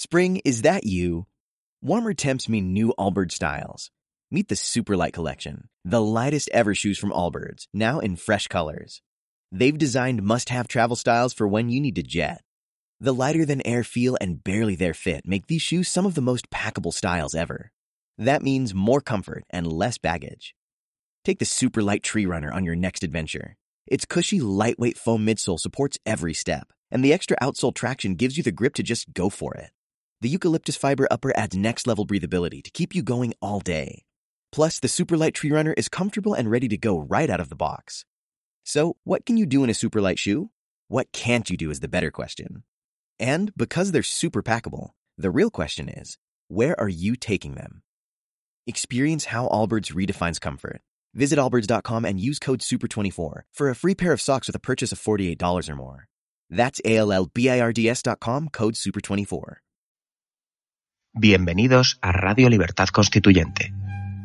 Spring, is that you? Warmer temps mean new Allbirds styles. Meet the Superlight Collection, the lightest ever shoes from Allbirds, now in fresh colors. They've designed must-have travel styles for when you need to jet. The lighter-than-air feel and barely-there fit make these shoes some of the most packable styles ever. That means more comfort and less baggage. Take the Superlight Tree Runner on your next adventure. Its cushy, lightweight foam midsole supports every step, and the extra outsole traction gives you the grip to just go for it. The eucalyptus fiber upper adds next-level breathability to keep you going all day. Plus, the Superlight Tree Runner is comfortable and ready to go right out of the box. So, what can you do in a Superlight shoe? What can't you do is the better question. And because they're super packable, the real question is, where are you taking them? Experience how Allbirds redefines comfort. Visit allbirds.com and use code SUPER24 for a free pair of socks with a purchase of $48 or more. That's ALLBIRDS.com, code SUPER24. Bienvenidos a Radio Libertad Constituyente.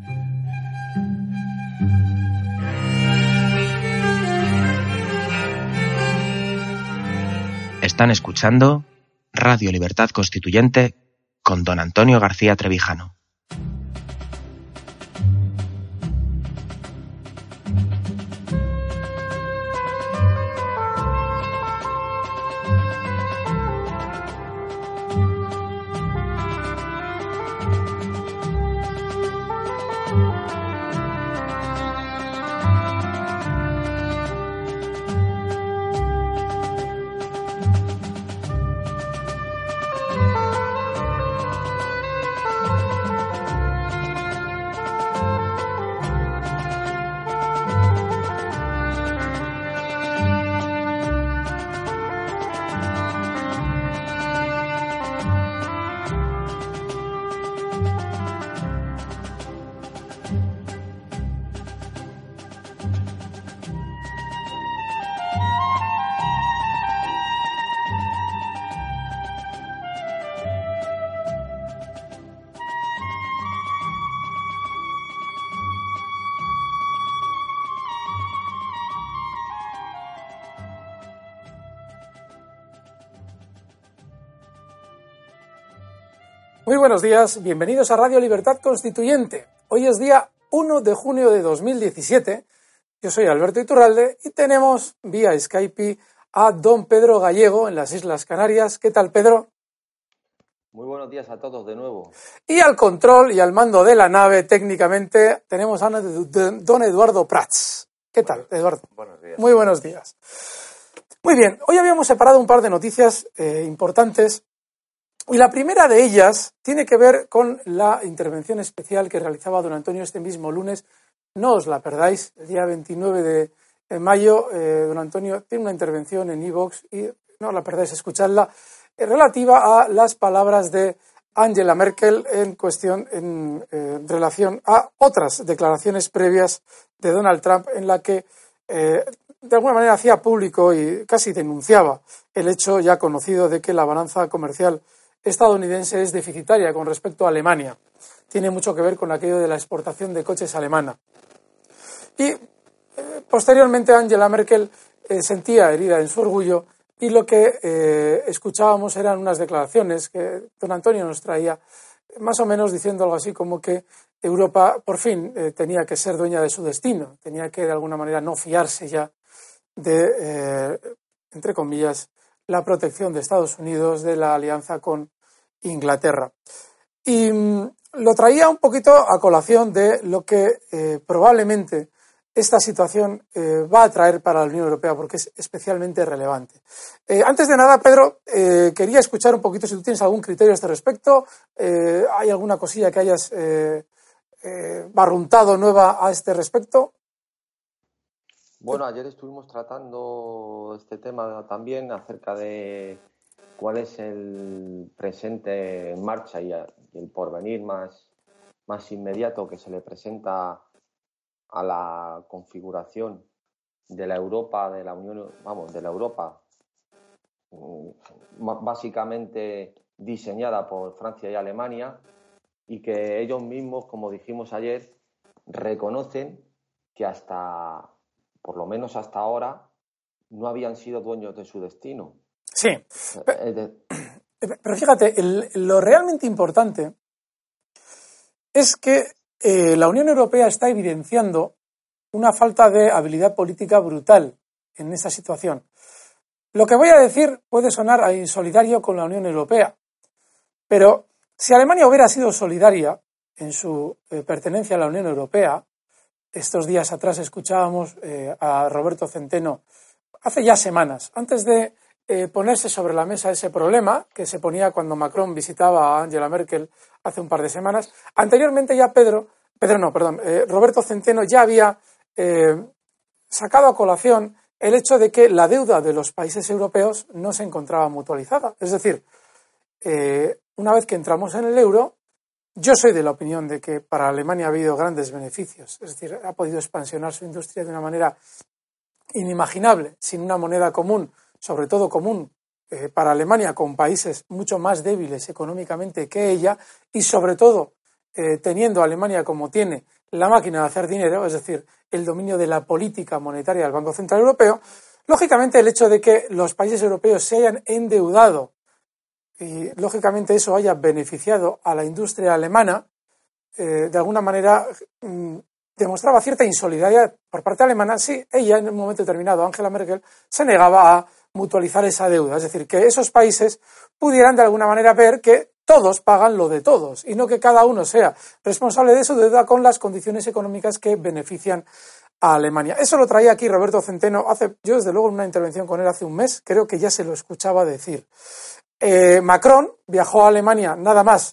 Están escuchando Radio Libertad Constituyente con don Antonio García Trevijano. Muy buenos días, bienvenidos a Radio Libertad Constituyente. Hoy es día 1 de junio de 2017. Yo soy Alberto Iturralde y tenemos vía Skype a don Pedro Gallego en las Islas Canarias. ¿Qué tal, Pedro? Muy buenos días a todos de nuevo. Y al control y al mando de la nave, técnicamente, tenemos a don Eduardo Prats. ¿Qué tal, Eduardo? Buenos días. Muy buenos días. Muy bien, hoy habíamos separado un par de noticias importantes. Y la primera de ellas tiene que ver con la intervención especial que realizaba don Antonio este mismo lunes. No os la perdáis, el día 29 de mayo, don Antonio tiene una intervención en iVoox y no os la perdáis, escuchadla, relativa a las palabras de Angela Merkel en relación a otras declaraciones previas de Donald Trump en la que de alguna manera hacía público y casi denunciaba el hecho ya conocido de que la balanza comercial estadounidense es deficitaria con respecto a Alemania. Tiene mucho que ver con aquello de la exportación de coches alemana. Y posteriormente Angela Merkel sentía herida en su orgullo y lo que escuchábamos eran unas declaraciones que don Antonio nos traía, más o menos diciendo algo así como que Europa por fin tenía que ser dueña de su destino, tenía que de alguna manera no fiarse ya de, entre comillas, la protección de Estados Unidos, de la alianza con Inglaterra. Y lo traía un poquito a colación de lo que probablemente esta situación va a traer para la Unión Europea, porque es especialmente relevante. Antes de nada, Pedro, quería escuchar un poquito si tú tienes algún criterio a este respecto. ¿Hay alguna cosilla que hayas barruntado nueva a este respecto? Bueno, ayer estuvimos tratando este tema también acerca de cuál es el presente en marcha y el porvenir más inmediato que se le presenta a la configuración de la Europa, de la Unión, de la Europa básicamente diseñada por Francia y Alemania, y que ellos mismos, como dijimos ayer, reconocen que por lo menos hasta ahora, no habían sido dueños de su destino. Sí. Pero fíjate, lo realmente importante es que la Unión Europea está evidenciando una falta de habilidad política brutal en esa situación. Lo que voy a decir puede sonar a insolidario con la Unión Europea, pero si Alemania hubiera sido solidaria en su pertenencia a la Unión Europea, estos días atrás escuchábamos a Roberto Centeno, hace ya semanas, antes de ponerse sobre la mesa ese problema que se ponía cuando Macron visitaba a Angela Merkel hace un par de semanas. Anteriormente ya Roberto Centeno ya había sacado a colación el hecho de que la deuda de los países europeos no se encontraba mutualizada. Es decir, una vez que entramos en el euro, yo soy de la opinión de que para Alemania ha habido grandes beneficios. Es decir, ha podido expansionar su industria de una manera inimaginable, sin una moneda común, sobre todo común para Alemania, con países mucho más débiles económicamente que ella, y sobre todo teniendo a Alemania como tiene la máquina de hacer dinero, es decir, el dominio de la política monetaria del Banco Central Europeo. Lógicamente, el hecho de que los países europeos se hayan endeudado y, lógicamente, eso haya beneficiado a la industria alemana, de alguna manera demostraba cierta insolidaridad por parte alemana si ella, en un momento determinado, Angela Merkel, se negaba a mutualizar esa deuda. Es decir, que esos países pudieran, de alguna manera, ver que todos pagan lo de todos y no que cada uno sea responsable de su deuda con las condiciones económicas que benefician a Alemania. Eso lo traía aquí Roberto Centeno yo desde luego en una intervención con él hace un mes, creo que ya se lo escuchaba decir. Macron viajó a Alemania nada más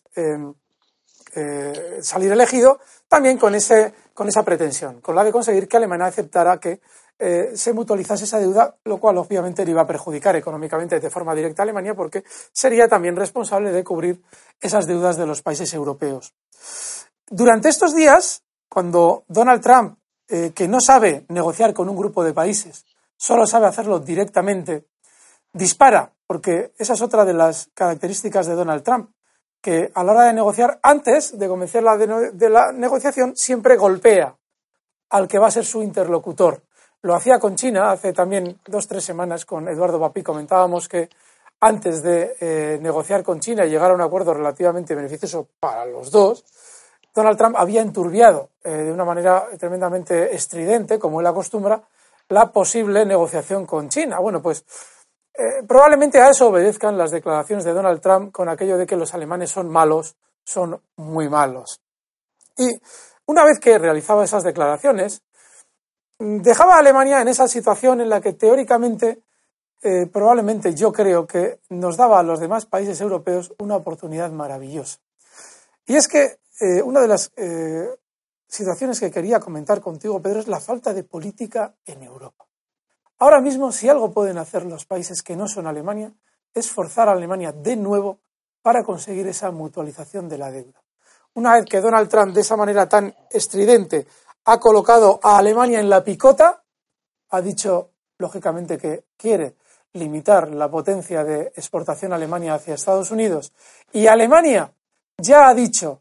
salir elegido, también con esa pretensión, con la de conseguir que Alemania aceptara que se mutualizase esa deuda, lo cual obviamente le iba a perjudicar económicamente de forma directa a Alemania porque sería también responsable de cubrir esas deudas de los países europeos. Durante estos días, cuando Donald Trump, que no sabe negociar con un grupo de países, solo sabe hacerlo directamente, dispara, porque esa es otra de las características de Donald Trump, que a la hora de negociar, antes de convencerla de la negociación, siempre golpea al que va a ser su interlocutor. Lo hacía con China hace también 2-3 semanas con Eduardo Papí. Comentábamos que antes de negociar con China y llegar a un acuerdo relativamente beneficioso para los dos, Donald Trump había enturbiado de una manera tremendamente estridente, como él acostumbra, la posible negociación con China. Bueno, pues probablemente a eso obedezcan las declaraciones de Donald Trump con aquello de que los alemanes son malos, son muy malos. Y una vez que realizaba esas declaraciones, dejaba a Alemania en esa situación en la que teóricamente, probablemente yo creo que nos daba a los demás países europeos una oportunidad maravillosa. Y es que una de las situaciones que quería comentar contigo, Pedro, es la falta de política en Europa. Ahora mismo, si algo pueden hacer los países que no son Alemania, es forzar a Alemania de nuevo para conseguir esa mutualización de la deuda. Una vez que Donald Trump, de esa manera tan estridente, ha colocado a Alemania en la picota, ha dicho, lógicamente, que quiere limitar la potencia de exportación a Alemania hacia Estados Unidos, y Alemania ya ha dicho,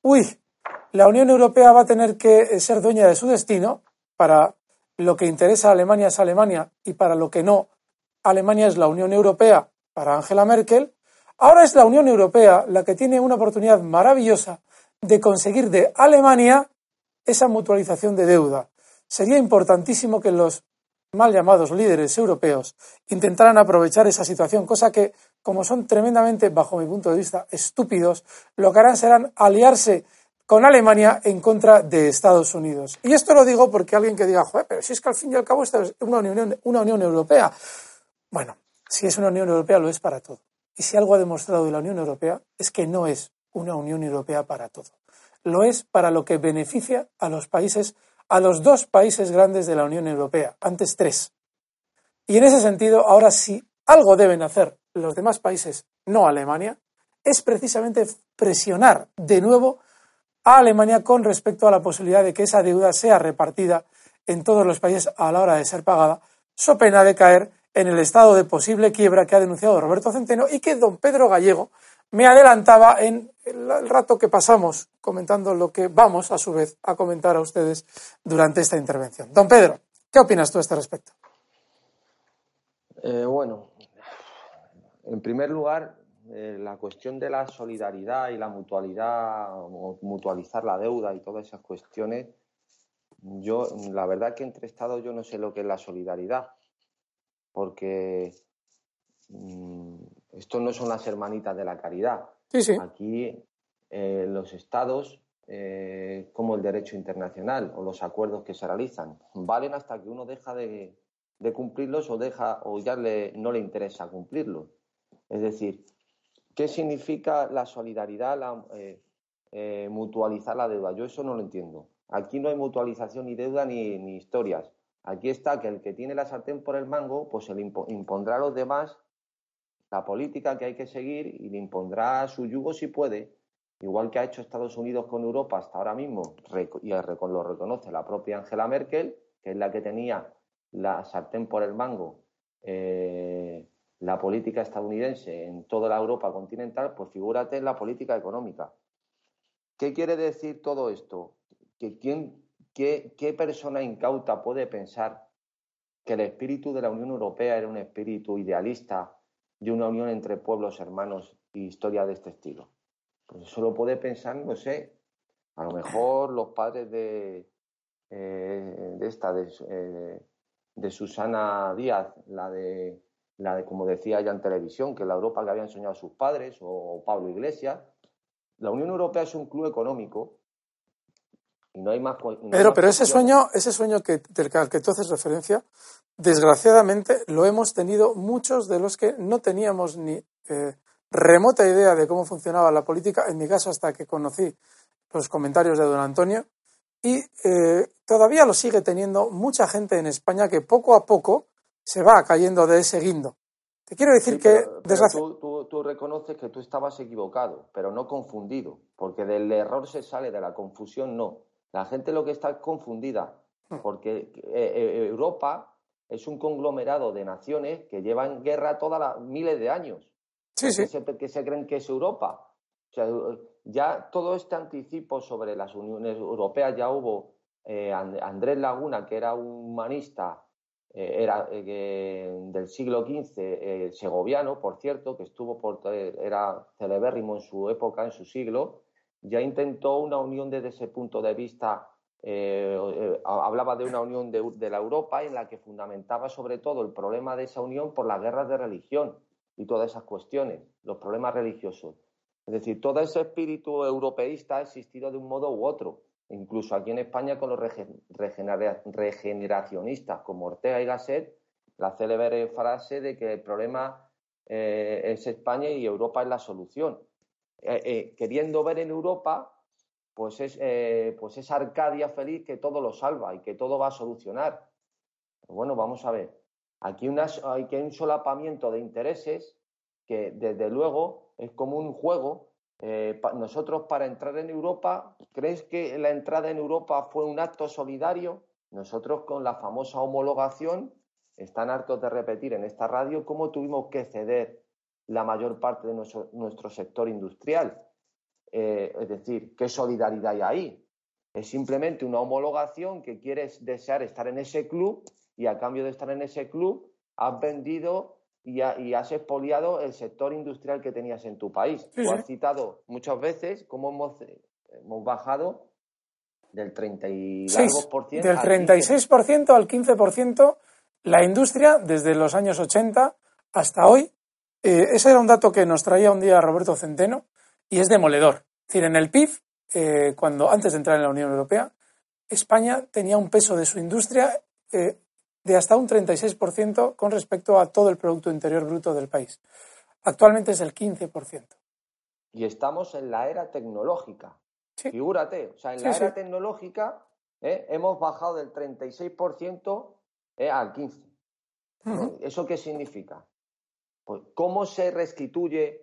la Unión Europea va a tener que ser dueña de su destino, para lo que interesa a Alemania es Alemania y para lo que no, Alemania es la Unión Europea para Angela Merkel. Ahora es la Unión Europea la que tiene una oportunidad maravillosa de conseguir de Alemania esa mutualización de deuda. Sería importantísimo que los mal llamados líderes europeos intentaran aprovechar esa situación, cosa que, como son tremendamente, bajo mi punto de vista, estúpidos, lo que harán serán aliarse con Alemania en contra de Estados Unidos. Y esto lo digo porque alguien que diga, pero si es que al fin y al cabo esta es una Unión Europea. Bueno, si es una Unión Europea lo es para todo. Y si algo ha demostrado la Unión Europea es que no es una Unión Europea para todo. Lo es para lo que beneficia a los países, a los 2 países grandes de la Unión Europea, antes 3. Y en ese sentido, ahora si algo deben hacer los demás países, no Alemania, es precisamente presionar de nuevo a Alemania con respecto a la posibilidad de que esa deuda sea repartida en todos los países a la hora de ser pagada, so pena de caer en el estado de posible quiebra que ha denunciado Roberto Centeno y que don Pedro Gallego me adelantaba en el rato que pasamos comentando lo que vamos, a su vez, a comentar a ustedes durante esta intervención. Don Pedro, ¿qué opinas tú a este respecto? Bueno, en primer lugar, la cuestión de la solidaridad y la mutualidad, o mutualizar la deuda y todas esas cuestiones, yo, la verdad que entre Estados yo no sé lo que es la solidaridad, porque esto no son las hermanitas de la caridad. Sí, sí. Aquí los estados, como el derecho internacional o los acuerdos que se realizan, valen hasta que uno deja de cumplirlos o ya no le interesa cumplirlos. Es decir, ¿qué significa la solidaridad, mutualizar la deuda? Yo eso no lo entiendo. Aquí no hay mutualización ni deuda ni historias. Aquí está que el que tiene la sartén por el mango, pues se le impondrá a los demás la política que hay que seguir y le impondrá su yugo si puede, igual que ha hecho Estados Unidos con Europa hasta ahora mismo, y lo reconoce la propia Angela Merkel, que es la que tenía la sartén por el mango, la política estadounidense en toda la Europa continental, pues figúrate en la política económica. ¿Qué quiere decir todo esto? ¿Qué persona incauta puede pensar que el espíritu de la Unión Europea era un espíritu idealista de una unión entre pueblos hermanos y historia de este estilo? Pues eso lo puede pensar, no sé, a lo mejor los padres de Susana Díaz, la de como decía ella en televisión, que la Europa que habían soñado sus padres, o Pablo Iglesias. La Unión Europea es un club económico y no hay más. Pedro, pero ese sueño al que tú haces referencia, desgraciadamente lo hemos tenido muchos de los que no teníamos ni remota idea de cómo funcionaba la política, en mi caso hasta que conocí los comentarios de don Antonio, y todavía lo sigue teniendo mucha gente en España que poco a poco se va cayendo de ese guindo. Te quiero decir tú reconoces que tú estabas equivocado, pero no confundido, porque del error se sale, de la confusión no. La gente lo que está es confundida, porque Europa es un conglomerado de naciones que llevan guerra miles de años. Sí, sí. ¿Qué se creen que es Europa? O sea, ya todo este anticipo sobre las uniones europeas ya hubo. Andrés Laguna, que era un humanista, era del siglo XV, segoviano, por cierto, que era celebérrimo en su época, en su siglo, ya intentó una unión desde ese punto de vista. Hablaba de una unión de la Europa en la que fundamentaba sobre todo el problema de esa unión por las guerras de religión y todas esas cuestiones, los problemas religiosos. Es decir, todo ese espíritu europeísta ha existido de un modo u otro, incluso aquí en España con los regeneracionistas como Ortega y Gasset, la célebre frase de que el problema es España y Europa es la solución. Queriendo ver en Europa pues es Arcadia feliz que todo lo salva y que todo va a solucionar. Bueno, vamos a ver. Aquí hay un solapamiento de intereses que desde luego es como un juego. Nosotros para entrar en Europa, ¿crees que la entrada en Europa fue un acto solidario? Nosotros con la famosa homologación, están hartos de repetir en esta radio cómo tuvimos que ceder la mayor parte de nuestro sector industrial. Es decir, ¿qué solidaridad hay ahí? Es simplemente una homologación que quieres desear estar en ese club y a cambio de estar en ese club has vendido y has expoliado el sector industrial que tenías en tu país. Sí, Tú has citado muchas veces cómo hemos bajado del 30 y largos por ciento del 36% al 15% la industria desde los años 80 hasta hoy. Ese era un dato que nos traía un día Roberto Centeno y es demoledor. Es decir, en el PIB, antes de entrar en la Unión Europea, España tenía un peso de su industria de hasta un 36% con respecto a todo el Producto Interior Bruto del país. Actualmente es el 15%. Y estamos en la era tecnológica. Sí. Figúrate, o sea, en la era tecnológica hemos bajado del 36% al 15%. Uh-huh. ¿Eso qué significa? Pues, ¿cómo se restituye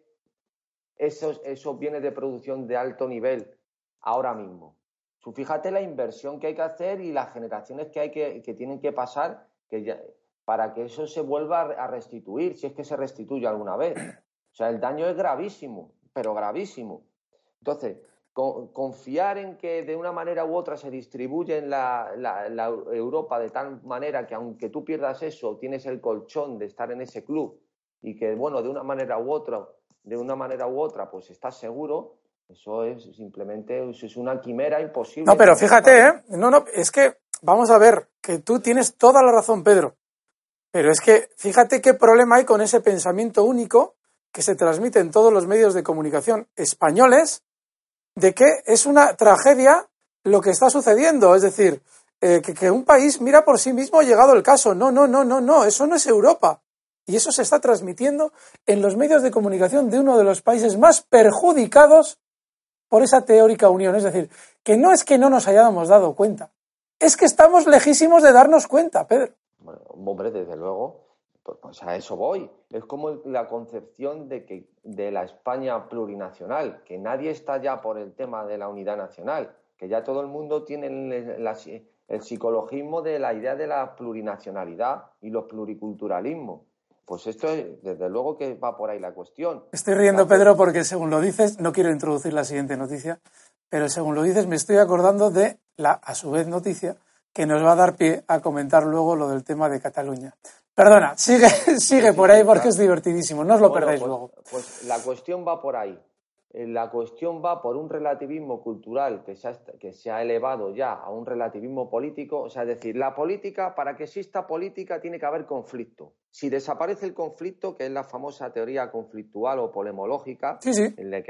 esos bienes de producción de alto nivel ahora mismo? Tú fíjate la inversión que hay que hacer y las generaciones que tienen que pasar para que eso se vuelva a restituir, si es que se restituye alguna vez. O sea, el daño es gravísimo, pero gravísimo. Entonces, confiar en que de una manera u otra se distribuye en la Europa de tal manera que aunque tú pierdas eso, tienes el colchón de estar en ese club y que, bueno, de una manera u otra de una manera u otra, pues estás seguro, eso es simplemente eso es una quimera imposible. No, pero fíjate, no, es que vamos a ver, que tú tienes toda la razón, Pedro, pero es que fíjate qué problema hay con ese pensamiento único que se transmite en todos los medios de comunicación españoles, de que es una tragedia lo que está sucediendo, es decir, que un país mira por sí mismo llegado el caso. No, eso no es Europa. Y eso se está transmitiendo en los medios de comunicación de uno de los países más perjudicados por esa teórica unión. Es decir, que no es que no nos hayamos dado cuenta, es que estamos lejísimos de darnos cuenta, Pedro. Bueno, hombre, desde luego, pues a eso voy. Es como la concepción de la España plurinacional, que nadie está ya por el tema de la unidad nacional, que ya todo el mundo tiene el psicologismo de la idea de la plurinacionalidad y los pluriculturalismos. Pues esto es, desde luego que va por ahí la cuestión. Estoy riendo, Pedro, porque según lo dices, no quiero introducir la siguiente noticia, pero según lo dices me estoy acordando de la, a su vez, noticia que nos va a dar pie a comentar luego lo del tema de Cataluña. Perdona, sigue por ahí porque es divertidísimo, no os lo perdáis luego. Pues la cuestión va por ahí. La cuestión va por un relativismo cultural que se ha elevado ya a un relativismo político. O sea, es decir, la política, para que exista política, tiene que haber conflicto. Si desaparece el conflicto, que es la famosa teoría conflictual o polemológica, sí. en la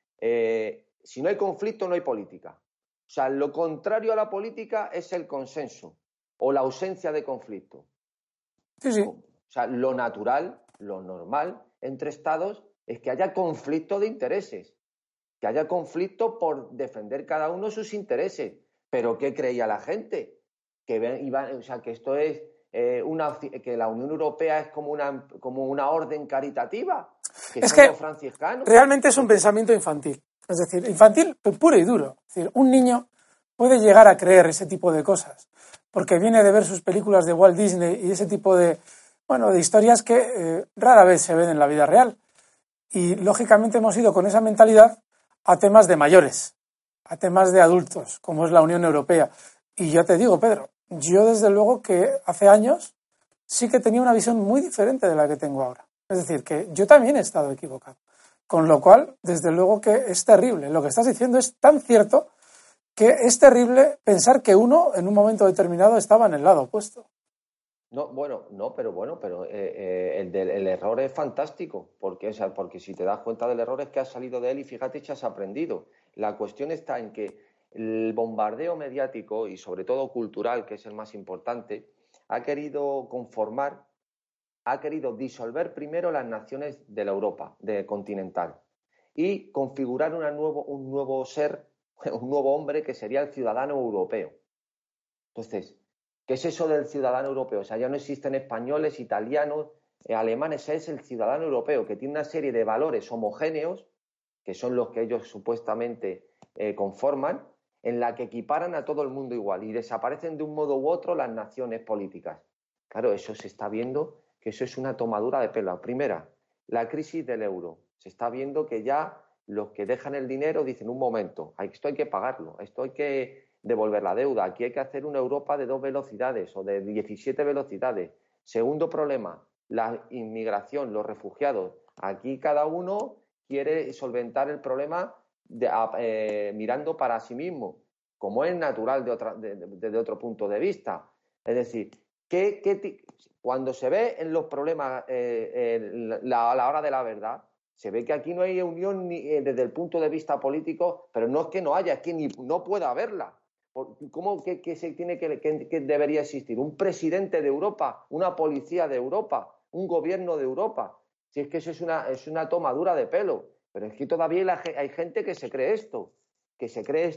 que si no hay conflicto, no hay política. O sea, lo contrario a la política es el consenso o la ausencia de conflicto. Sí. O sea, lo natural, lo normal entre estados es que haya conflicto de intereses, que haya conflicto por defender cada uno sus intereses. ¿Pero qué creía la gente? Que esto es que la Unión Europea es como una orden caritativa, que es son que los franciscanos. Realmente es un pensamiento infantil, es decir, infantil puro y duro. Es decir, un niño puede llegar a creer ese tipo de cosas, porque viene de ver sus películas de Walt Disney y ese tipo de historias que rara vez se ven en la vida real. Y lógicamente hemos ido con esa mentalidad a temas de mayores, a temas de adultos, como es la Unión Europea. Y ya te digo, Pedro, yo desde luego que hace años sí que tenía una visión muy diferente de la que tengo ahora. Es decir, que yo también he estado equivocado. Con lo cual, desde luego que es terrible. Lo que estás diciendo es tan cierto que es terrible pensar que uno en un momento determinado estaba en el lado opuesto. Pero el error es fantástico, porque si te das cuenta del error es que has salido de él y fíjate que has aprendido. La cuestión está en que el bombardeo mediático y sobre todo cultural, que es el más importante, ha querido disolver primero las naciones de la Europa continental y configurar un nuevo ser, un nuevo hombre que sería el ciudadano europeo. Entonces, ¿qué es eso del ciudadano europeo? O sea, ya no existen españoles, italianos, alemanes, es el ciudadano europeo que tiene una serie de valores homogéneos, que son los que ellos supuestamente conforman, en la que equiparan a todo el mundo igual y desaparecen de un modo u otro las naciones políticas. Claro, eso se está viendo que eso es una tomadura de pelo. Primera, la crisis del euro. Se está viendo que ya los que dejan el dinero dicen, un momento, esto hay que pagarlo, esto hay que devolver la deuda, aquí hay que hacer una Europa de 2 velocidades o de 17 velocidades. Segundo problema, la inmigración, los refugiados. Aquí cada uno quiere solventar el problema mirando para sí mismo, como es natural desde otro punto de vista. Es decir, cuando se ve en los problemas a la hora de la verdad, se ve que aquí no hay unión desde el punto de vista político, pero no es que no haya, es que no puede haberla. ¿Cómo que debería existir? ¿Un presidente de Europa? ¿Una policía de Europa? ¿Un gobierno de Europa? Si es que eso es una tomadura de pelo. Pero es que todavía hay gente que se cree esto, que se cree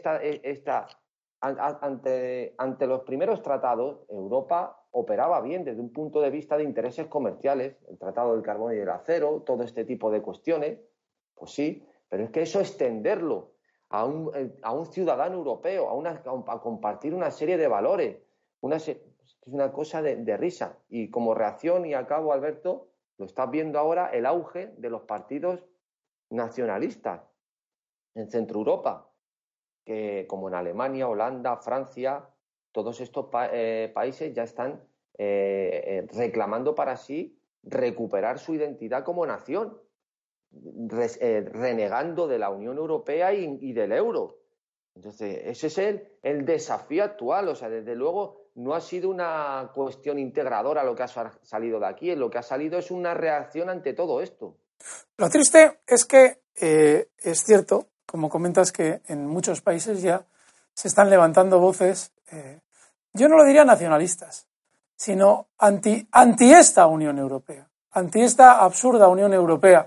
ante los primeros tratados, Europa operaba bien desde un punto de vista de intereses comerciales, el Tratado del Carbón y del Acero, todo este tipo de cuestiones, pues sí, pero es que eso extenderlo a un ciudadano europeo, a compartir una serie de valores, es una cosa de risa. Y como reacción, y acabo, Alberto, lo estás viendo ahora, el auge de los partidos nacionalistas en Centro Europa, que como en Alemania, Holanda, Francia, todos estos países ya están reclamando para sí recuperar su identidad como nación. renegando de la Unión Europea y del euro. Entonces, ese es el desafío actual. O sea, desde luego no ha sido una cuestión integradora lo que ha salido de aquí. Lo que ha salido es una reacción ante todo esto. Lo triste es que es cierto, como comentas, que en muchos países ya se están levantando voces, yo no lo diría nacionalistas, sino anti esta Unión Europea, anti esta absurda Unión Europea.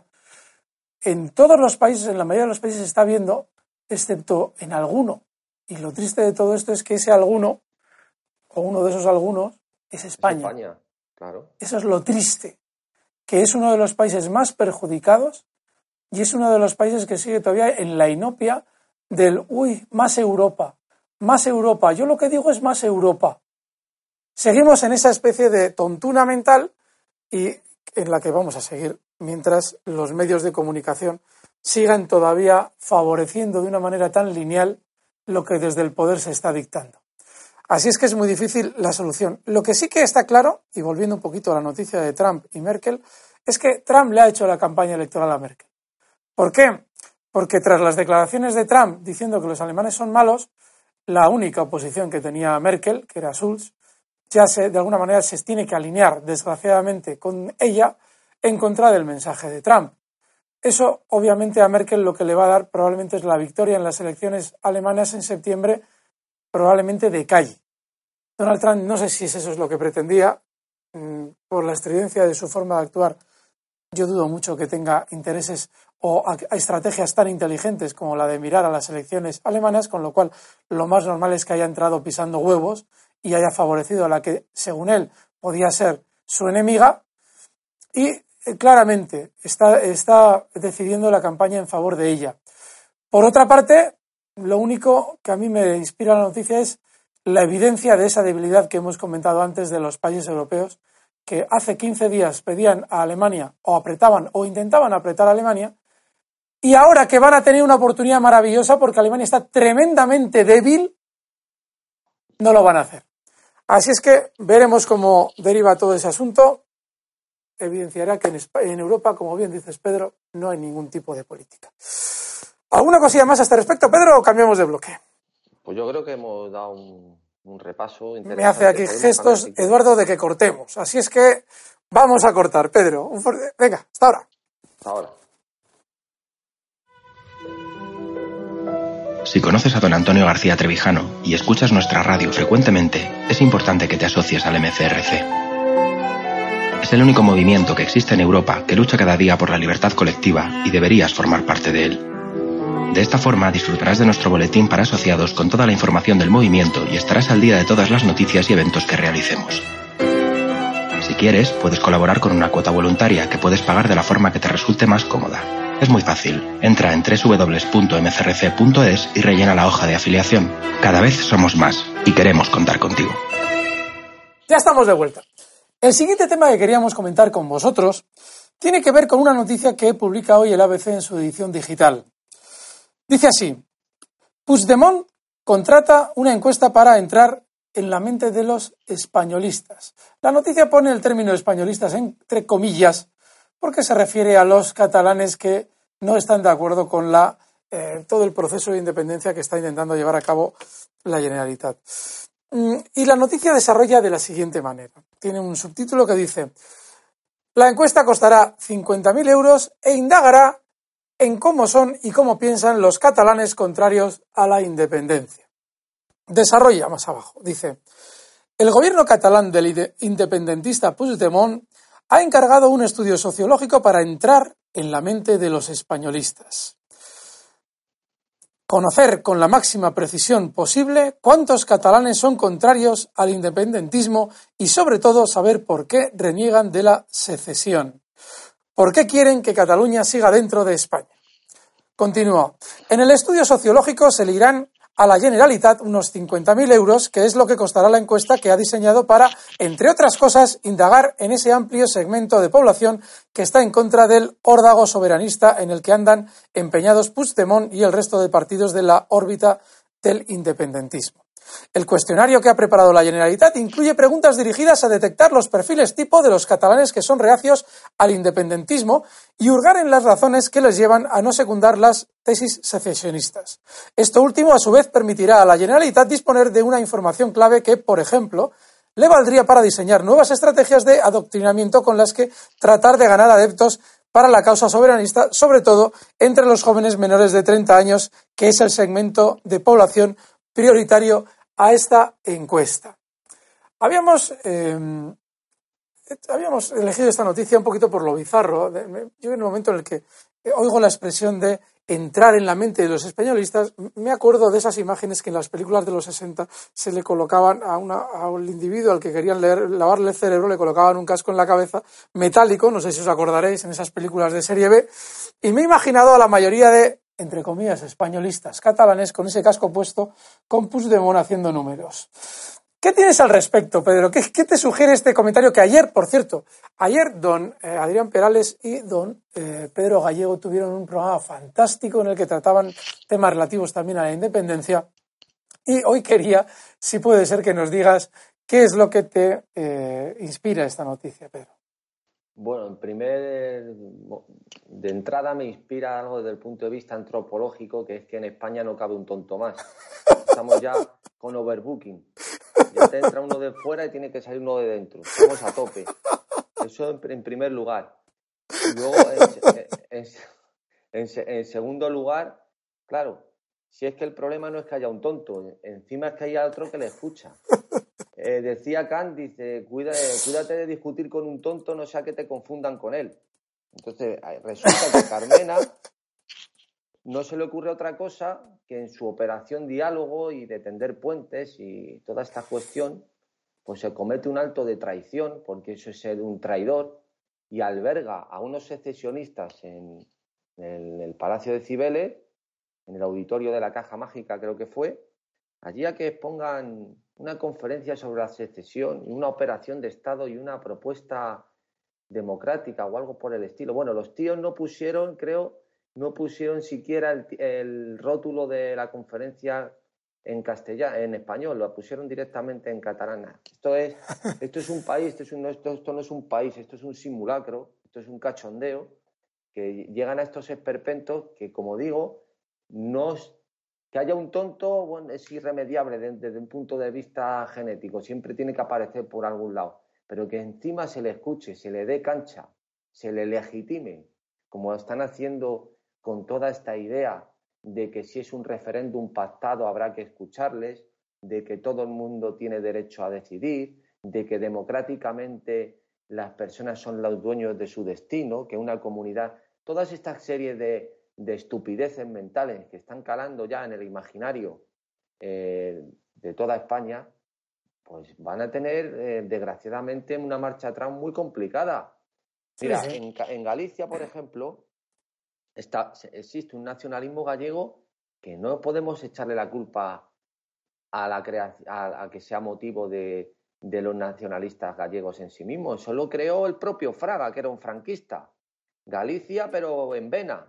En todos los países, en la mayoría de los países se está viendo, excepto en alguno. Y lo triste de todo esto es que ese alguno, o uno de esos algunos, es España. Es España, claro. Eso es lo triste, que es uno de los países más perjudicados y es uno de los países que sigue todavía en la inopia del más Europa, más Europa. Yo lo que digo es más Europa. Seguimos en esa especie de tontuna mental y en la que vamos a seguir mientras los medios de comunicación sigan todavía favoreciendo de una manera tan lineal lo que desde el poder se está dictando. Así es que es muy difícil la solución. Lo que sí que está claro, y volviendo un poquito a la noticia de Trump y Merkel, es que Trump le ha hecho la campaña electoral a Merkel. ¿Por qué? Porque tras las declaraciones de Trump diciendo que los alemanes son malos, la única oposición que tenía Merkel, que era Schulz, ya de alguna manera se tiene que alinear, desgraciadamente, con ella en contra del mensaje de Trump. Eso, obviamente, a Merkel lo que le va a dar probablemente es la victoria en las elecciones alemanas en septiembre, probablemente de calle. Donald Trump no sé si eso es lo que pretendía, por la estridencia de su forma de actuar. Yo dudo mucho que tenga intereses o estrategias tan inteligentes como la de mirar a las elecciones alemanas, con lo cual lo más normal es que haya entrado pisando huevos y haya favorecido a la que, según él, podía ser su enemiga, y claramente está decidiendo la campaña en favor de ella. Por otra parte, lo único que a mí me inspira la noticia es la evidencia de esa debilidad que hemos comentado antes de los países europeos, que hace 15 días pedían a Alemania, o apretaban, o intentaban apretar a Alemania, y ahora que van a tener una oportunidad maravillosa porque Alemania está tremendamente débil, no lo van a hacer. Así es que veremos cómo deriva todo ese asunto. Evidenciará que en Europa, como bien dices, Pedro, no hay ningún tipo de política. ¿Alguna cosilla más a este respecto, Pedro, o cambiamos de bloque? Pues yo creo que hemos dado un repaso interesante. Me hace aquí gestos, Eduardo, de que cortemos. Así es que vamos a cortar, Pedro. Venga, hasta ahora. Hasta ahora. Si conoces a don Antonio García Trevijano y escuchas nuestra radio frecuentemente, es importante que te asocies al MCRC. Es el único movimiento que existe en Europa que lucha cada día por la libertad colectiva y deberías formar parte de él. De esta forma disfrutarás de nuestro boletín para asociados con toda la información del movimiento y estarás al día de todas las noticias y eventos que realicemos. Si quieres, puedes colaborar con una cuota voluntaria que puedes pagar de la forma que te resulte más cómoda. Es muy fácil. Entra en www.mcrc.es y rellena la hoja de afiliación. Cada vez somos más y queremos contar contigo. Ya estamos de vuelta. El siguiente tema que queríamos comentar con vosotros tiene que ver con una noticia que publica hoy el ABC en su edición digital. Dice así: Puigdemont contrata una encuesta para entrar en la mente de los españolistas. La noticia pone el término españolistas entre comillas porque se refiere a los catalanes que no están de acuerdo con todo el proceso de independencia que está intentando llevar a cabo la Generalitat. Y la noticia desarrolla de la siguiente manera. Tiene un subtítulo que dice: la encuesta costará 50.000 euros e indagará en cómo son y cómo piensan los catalanes contrarios a la independencia. Desarrolla más abajo. Dice: el gobierno catalán del independentista Puigdemont ha encargado un estudio sociológico para entrar en la mente de los españolistas. Conocer con la máxima precisión posible cuántos catalanes son contrarios al independentismo y, sobre todo, saber por qué reniegan de la secesión. ¿Por qué quieren que Cataluña siga dentro de España? Continúa. En el estudio sociológico se le irán a la Generalitat unos 50.000 euros, que es lo que costará la encuesta que ha diseñado para, entre otras cosas, indagar en ese amplio segmento de población que está en contra del órdago soberanista en el que andan empeñados Puigdemont y el resto de partidos de la órbita del independentismo. El cuestionario que ha preparado la Generalitat incluye preguntas dirigidas a detectar los perfiles tipo de los catalanes que son reacios al independentismo y hurgar en las razones que les llevan a no secundar las tesis secesionistas. Esto último, a su vez, permitirá a la Generalitat disponer de una información clave que, por ejemplo, le valdría para diseñar nuevas estrategias de adoctrinamiento con las que tratar de ganar adeptos para la causa soberanista, sobre todo entre los jóvenes menores de 30 años, que es el segmento de población prioritario a esta encuesta. Habíamos elegido esta noticia un poquito por lo bizarro. Yo en el momento en el que oigo la expresión de entrar en la mente de los españolistas, me acuerdo de esas imágenes que en las películas de los 60 se le colocaban a un individuo al que querían lavarle el cerebro, le colocaban un casco en la cabeza metálico, no sé si os acordaréis, en esas películas de serie B, y me he imaginado a la mayoría de, entre comillas, españolistas catalanes con ese casco puesto, con Puigdemont haciendo números. ¿Qué tienes al respecto, Pedro? ¿Qué te sugiere este comentario que ayer, por cierto, don Adrián Perales y don Pedro Gallego tuvieron un programa fantástico en el que trataban temas relativos también a la independencia? Y hoy quería, si puede ser, que nos digas qué es lo que te inspira esta noticia, Pedro. Bueno, de entrada me inspira algo desde el punto de vista antropológico, que es que en España no cabe un tonto más. Estamos ya con overbooking. Ya te entra uno de fuera y tiene que salir uno de dentro. Estamos a tope. Eso en primer lugar. Y luego, en segundo lugar, claro, si es que el problema no es que haya un tonto, encima es que haya otro que le escucha. Decía Kant, dice, cuídate de discutir con un tonto, no sea que te confundan con él. Entonces, resulta que Carmena no se le ocurre otra cosa que en su operación diálogo y de tender puentes y toda esta cuestión, pues se comete un acto de traición, porque eso es ser un traidor, y alberga a unos secesionistas en el Palacio de Cibeles, en el auditorio de la Caja Mágica creo que fue, allí a que expongan una conferencia sobre la secesión y una operación de Estado y una propuesta democrática o algo por el estilo. Bueno, los tíos no pusieron siquiera el rótulo de la conferencia en castellano, en español, lo pusieron directamente en catalán. Esto es un país, esto no es un país, esto es un simulacro, esto es un cachondeo, que llegan a estos esperpentos que, como digo, que haya un tonto, bueno, es irremediable desde un punto de vista genético, siempre tiene que aparecer por algún lado, pero que encima se le escuche, se le dé cancha, se le legitime, como están haciendo con toda esta idea de que si es un referéndum pactado habrá que escucharles, de que todo el mundo tiene derecho a decidir, de que democráticamente las personas son los dueños de su destino, que una comunidad, todas estas series de estupideces mentales que están calando ya en el imaginario de toda España, pues van a tener desgraciadamente una marcha atrás muy complicada. Mira, sí. En Galicia, por ejemplo, existe un nacionalismo gallego que no podemos echarle la culpa a que sea motivo de los nacionalistas gallegos en sí mismos. Eso lo creó el propio Fraga, que era un franquista. Galicia, pero en vena.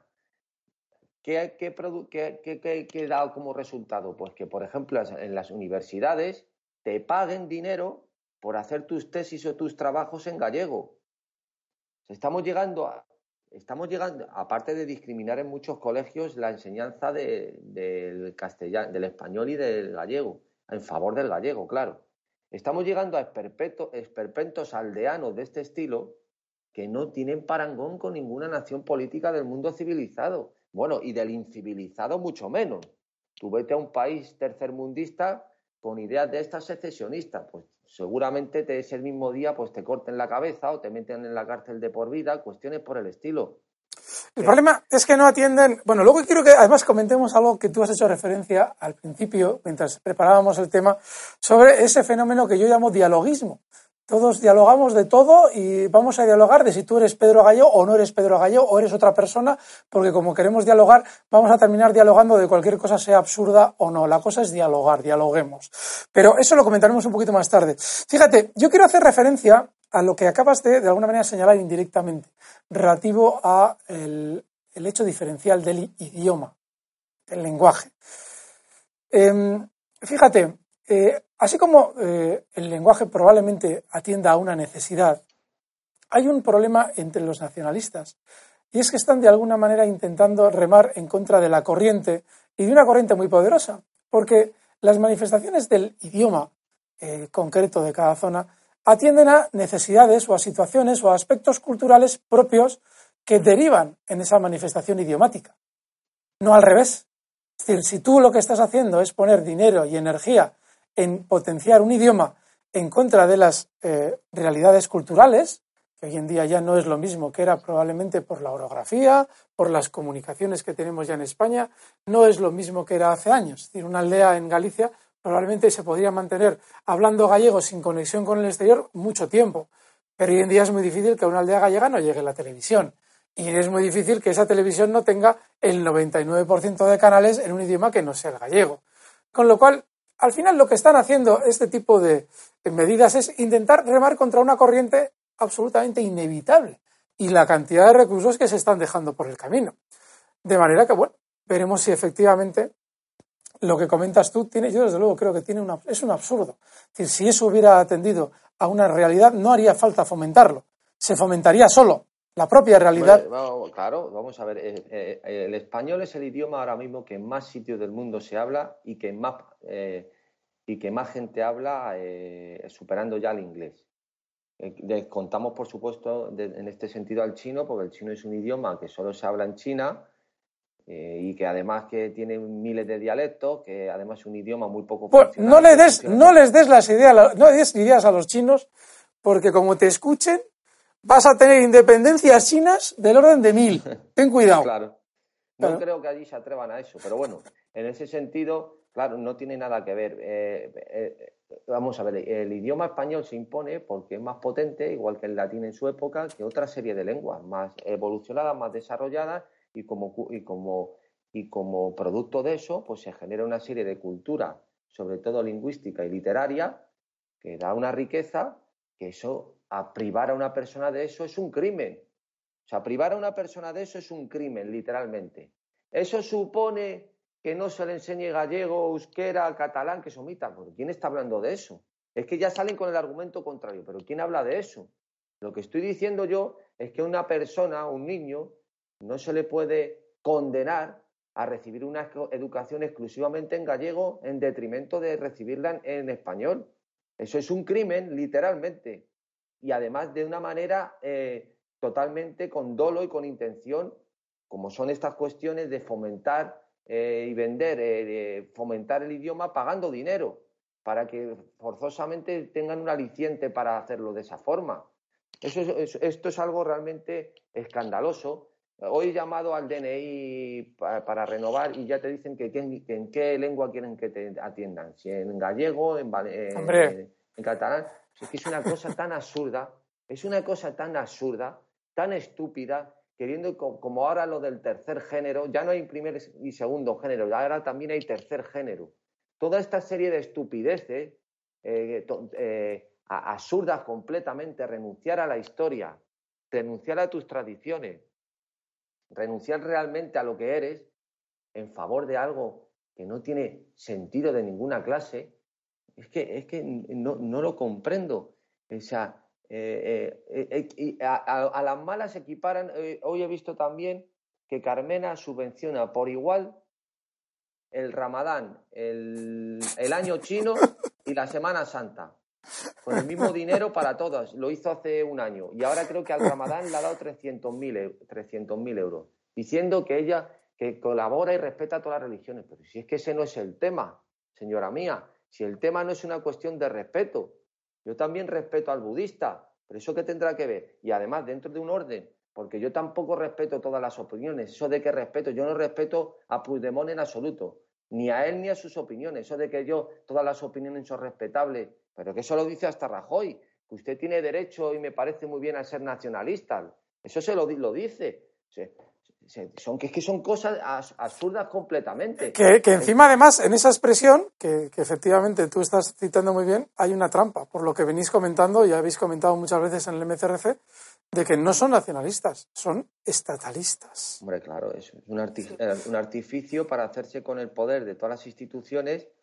¿Qué da como resultado? Pues que, por ejemplo, en las universidades te paguen dinero por hacer tus tesis o tus trabajos en gallego. Estamos llegando, aparte de discriminar en muchos colegios la enseñanza del castellano, del español y del gallego, en favor del gallego, claro. Estamos llegando a esperpentos aldeanos de este estilo que no tienen parangón con ninguna nación política del mundo civilizado. Bueno, y del incivilizado mucho menos. Tú vete a un país tercermundista con ideas de estas secesionistas, pues seguramente ese mismo día pues te corten la cabeza o te meten en la cárcel de por vida, cuestiones por el estilo. El problema es que no atienden. Bueno, luego quiero que además comentemos algo que tú has hecho referencia al principio, mientras preparábamos el tema, sobre ese fenómeno que yo llamo dialoguismo. Todos dialogamos de todo y vamos a dialogar de si tú eres Pedro Gallego o no eres Pedro Gallego o eres otra persona, porque como queremos dialogar, vamos a terminar dialogando de cualquier cosa, sea absurda o no. La cosa es dialogar, dialoguemos. Pero eso lo comentaremos un poquito más tarde. Fíjate, yo quiero hacer referencia a lo que acabas de alguna manera señalar indirectamente, relativo a el hecho diferencial del idioma, del lenguaje. Fíjate, así como el lenguaje probablemente atienda a una necesidad, hay un problema entre los nacionalistas, y es que están de alguna manera intentando remar en contra de la corriente, y de una corriente muy poderosa, porque las manifestaciones del idioma concreto de cada zona atienden a necesidades o a situaciones o a aspectos culturales propios que derivan en esa manifestación idiomática, no al revés. Es decir, si tú lo que estás haciendo es poner dinero y energía en potenciar un idioma en contra de las realidades culturales, que hoy en día ya no es lo mismo que era probablemente por la orografía, por las comunicaciones que tenemos ya en España, no es lo mismo que era hace años. Es decir, una aldea en Galicia probablemente se podría mantener hablando gallego sin conexión con el exterior mucho tiempo, pero hoy en día es muy difícil que a una aldea gallega no llegue la televisión. Y es muy difícil que esa televisión no tenga el 99% de canales en un idioma que no sea el gallego. Con lo cual, al final lo que están haciendo este tipo de medidas es intentar remar contra una corriente absolutamente inevitable y la cantidad de recursos que se están dejando por el camino. De manera que, bueno, veremos si efectivamente lo que comentas tú tiene, yo desde luego creo que es un absurdo. Es decir, si eso hubiera atendido a una realidad, no haría falta fomentarlo. Se fomentaría solo la propia realidad. Bueno, claro, vamos a ver. El español es el idioma ahora mismo que en más sitios del mundo se habla y que más gente habla, superando ya al inglés. Contamos, por supuesto, en este sentido al chino, porque el chino es un idioma que solo se habla en China y que además que tiene miles de dialectos, que además es un idioma muy poco funcional. No les des ideas a los chinos, porque como te escuchen, vas a tener independencias chinas del orden de 1000. Ten cuidado. Claro. No creo que allí se atrevan a eso, pero bueno, en ese sentido, claro, no tiene nada que ver. Vamos a ver, el idioma español se impone porque es más potente, igual que el latín en su época, que otra serie de lenguas más evolucionadas, más desarrolladas, y como producto de eso, pues se genera una serie de cultura, sobre todo lingüística y literaria, que da una riqueza que eso, a privar a una persona de eso es un crimen. O sea, privar a una persona de eso es un crimen, literalmente. Eso supone que no se le enseñe gallego, euskera, catalán, que se omita. ¿Pero quién está hablando de eso? Es que ya salen con el argumento contrario. ¿Pero quién habla de eso? Lo que estoy diciendo yo es que a una persona, un niño, no se le puede condenar a recibir una educación exclusivamente en gallego en detrimento de recibirla en español. Eso es un crimen, literalmente. Y además de una manera totalmente con dolo y con intención, como son estas cuestiones de fomentar y vender, fomentar el idioma pagando dinero para que forzosamente tengan un aliciente para hacerlo de esa forma. Esto es algo realmente escandaloso. Hoy he llamado al DNI para renovar y ya te dicen que en qué lengua quieren que te atiendan, si en gallego, en catalán. Es que es una cosa tan absurda, tan estúpida, queriendo, como ahora lo del tercer género, ya no hay primer y segundo género, ahora también hay tercer género. Toda esta serie de estupideces absurdas completamente, renunciar a la historia, renunciar a tus tradiciones, renunciar realmente a lo que eres en favor de algo que no tiene sentido de ninguna clase, es que no lo comprendo. O sea, a las malas se equiparan. Hoy he visto también que Carmena subvenciona por igual el Ramadán, el año chino y la Semana Santa, con el mismo dinero para todas. Lo hizo hace un año y ahora creo que al Ramadán le ha dado 300.000 euros, diciendo que ella que colabora y respeta todas las religiones. Pero si es que ese no es el tema, señora mía, si el tema no es una cuestión de respeto. Yo también respeto al budista, pero ¿eso qué tendrá que ver? Y además dentro de un orden, porque yo tampoco respeto todas las opiniones. Eso de que respeto, yo no respeto a Puigdemont en absoluto, ni a él ni a sus opiniones. Eso de que todas las opiniones son respetables, pero que eso lo dice hasta Rajoy, que usted tiene derecho y me parece muy bien a ser nacionalista. Eso se lo dice. Son cosas absurdas completamente. Que encima, además, en esa expresión, que efectivamente tú estás citando muy bien, hay una trampa, por lo que venís comentando, y habéis comentado muchas veces en el MCRC, de que no son nacionalistas, son estatalistas. Hombre, claro, eso es un artificio para hacerse con el poder de todas las instituciones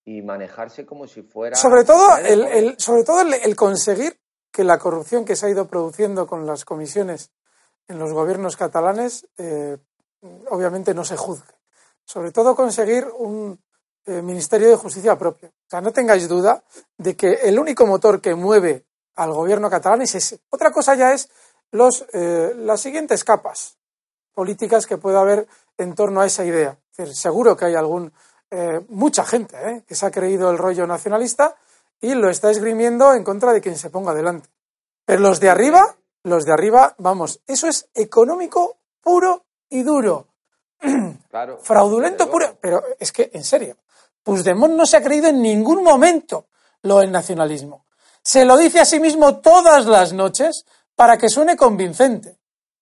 y manejarse como si fuera... Sobre todo el conseguir que la corrupción que se ha ido produciendo con las comisiones en los gobiernos catalanes obviamente no se juzgue. Sobre todo conseguir un Ministerio de Justicia propio. O sea, no tengáis duda de que el único motor que mueve al gobierno catalán es ese. Otra cosa ya es las siguientes capas políticas que pueda haber en torno a esa idea. Es decir, seguro que hay mucha gente que se ha creído el rollo nacionalista y lo está esgrimiendo en contra de quien se ponga delante. Pero los de arriba, vamos, eso es económico puro y duro. Claro, Fraudulento puro. Pero es que, en serio, Puigdemont no se ha creído en ningún momento lo del nacionalismo. Se lo dice a sí mismo todas las noches para que suene convincente.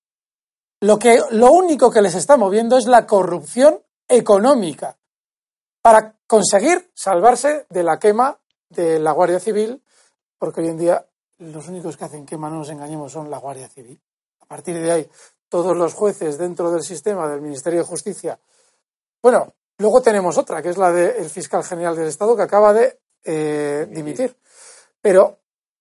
Lo único que les está moviendo es la corrupción económica para conseguir salvarse de la quema de la Guardia Civil, porque hoy en día los únicos que hacen quema, no nos engañemos, son la Guardia Civil. A partir de ahí, todos los jueces dentro del sistema del Ministerio de Justicia. Bueno, luego tenemos otra, que es la del fiscal general del Estado, que acaba de dimitir. Pero,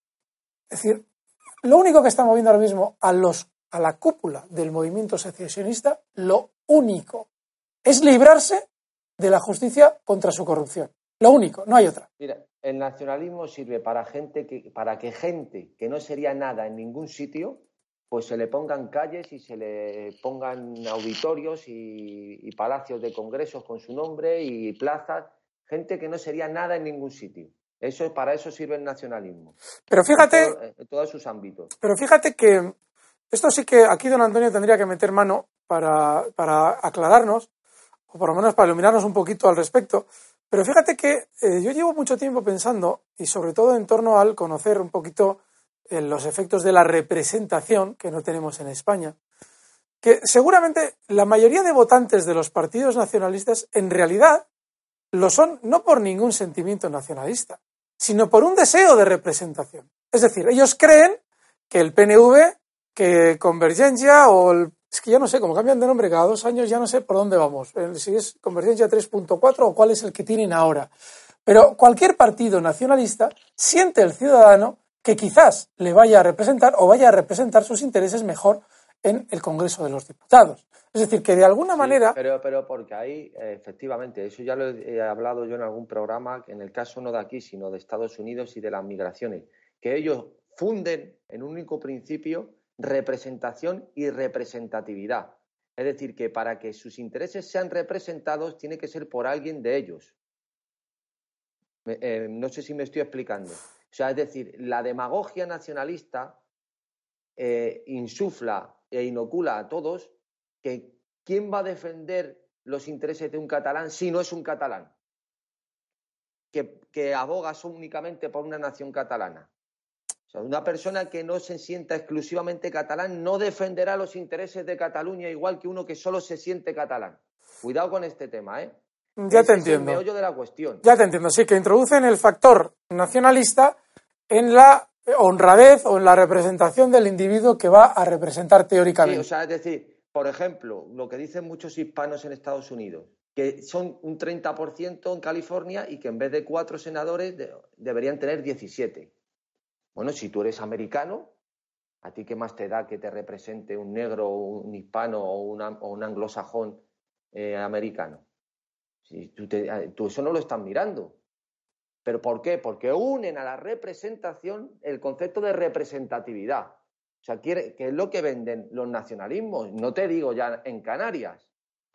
es decir, lo único que está moviendo ahora mismo a la cúpula del movimiento secesionista, lo único, es librarse de la justicia contra su corrupción. Lo único, no hay otra. Mira, el nacionalismo sirve para que gente que no sería nada en ningún sitio, pues se le pongan calles y se le pongan auditorios y palacios de congresos con su nombre y plazas, gente que no sería nada en ningún sitio. Para eso sirve el nacionalismo. Pero fíjate, en todos sus ámbitos. Pero fíjate que esto sí que aquí don Antonio tendría que meter mano para aclararnos, o por lo menos para iluminarnos un poquito al respecto. Pero fíjate que yo llevo mucho tiempo pensando, y sobre todo en torno al conocer un poquito los efectos de la representación que no tenemos en España, que seguramente la mayoría de votantes de los partidos nacionalistas en realidad lo son no por ningún sentimiento nacionalista, sino por un deseo de representación. Es decir, ellos creen que el PNV, que Convergencia es que ya no sé, como cambian de nombre cada 2 años, ya no sé por dónde vamos, si es Convergencia 3.4 o cuál es el que tienen ahora. Pero cualquier partido nacionalista siente el ciudadano que quizás le vaya a representar o vaya a representar sus intereses mejor en el Congreso de los Diputados. Es decir, que de alguna manera... Pero porque ahí, efectivamente, eso ya lo he hablado yo en algún programa, en el caso no de aquí, sino de Estados Unidos y de las migraciones, que ellos funden en un único principio representación y representatividad. Es decir, que para que sus intereses sean representados tiene que ser por alguien de ellos. No sé si me estoy explicando. O sea, es decir, la demagogia nacionalista insufla e inocula a todos que ¿quién va a defender los intereses de un catalán si no es un catalán? Que aboga únicamente por una nación catalana. O sea, una persona que no se sienta exclusivamente catalán no defenderá los intereses de Cataluña igual que uno que solo se siente catalán. Cuidado con este tema, ¿eh? Ya te entiendo. Es el meollo de la cuestión. Ya te entiendo, sí, que introducen el factor nacionalista en la honradez o en la representación del individuo que va a representar teóricamente. Sí, o sea, es decir, por ejemplo, lo que dicen muchos hispanos en Estados Unidos, que son un 30% en California y que en vez de 4 senadores deberían tener 17. Bueno, si tú eres americano, ¿a ti qué más te da que te represente un negro, un hispano o un anglosajón americano? Si tú eso no lo estás mirando. ¿Pero por qué? Porque unen a la representación el concepto de representatividad. O sea, que es lo que venden los nacionalismos. No te digo ya en Canarias,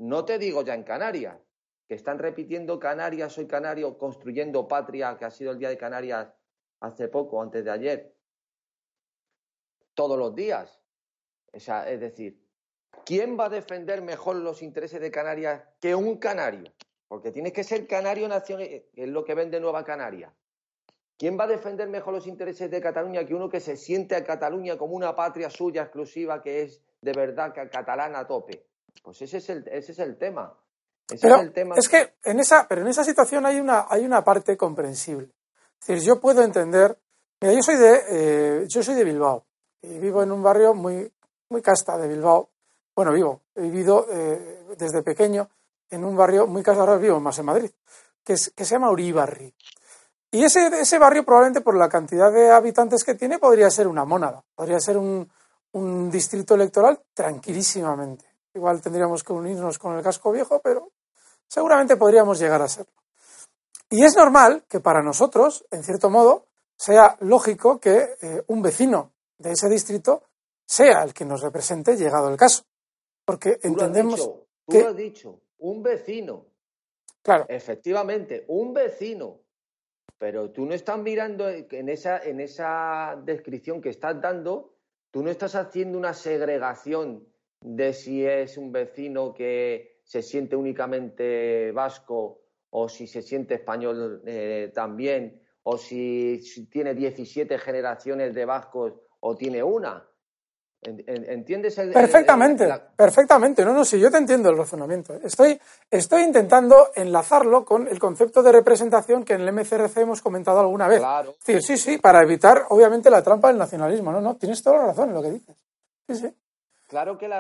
que están repitiendo Canarias, soy canario, construyendo patria, que ha sido el Día de Canarias hace poco, antes de ayer, todos los días. O sea, es decir, ¿quién va a defender mejor los intereses de Canarias que un canario? Porque tienes que ser canario nación, que es lo que vende Nueva Canaria. ¿Quién va a defender mejor los intereses de Cataluña que uno que se siente a Cataluña como una patria suya exclusiva, que es de verdad catalana a tope? Pues ese es el tema. Es que en esa situación hay una parte comprensible. Es decir, yo puedo entender. Mira, yo soy de Bilbao y vivo en un barrio muy, muy casta de Bilbao. Bueno, he vivido desde pequeño en un barrio muy casta, ahora vivo más en Madrid, que se llama Uribarri. Y ese barrio, probablemente por la cantidad de habitantes que tiene, podría ser una mónada, podría ser un distrito electoral tranquilísimamente. Igual tendríamos que unirnos con el casco viejo, pero seguramente podríamos llegar a serlo. Y es normal que para nosotros, en cierto modo, sea lógico que un vecino de ese distrito sea el que nos represente, llegado el caso. Porque entendemos Tú lo has dicho, un vecino. Claro. Efectivamente, un vecino. Pero tú no estás mirando en esa descripción que estás dando, tú no estás haciendo una segregación de si es un vecino que se siente únicamente vasco o si se siente español también, o si tiene 17 generaciones de vascos o tiene una. ¿Entiendes? Perfectamente. No, sí, yo te entiendo el razonamiento. Estoy intentando enlazarlo con el concepto de representación que en el MCRC hemos comentado alguna vez. Claro. Es decir, sí, para evitar, obviamente, la trampa del nacionalismo. No, tienes toda la razón en lo que dices. Sí. Claro que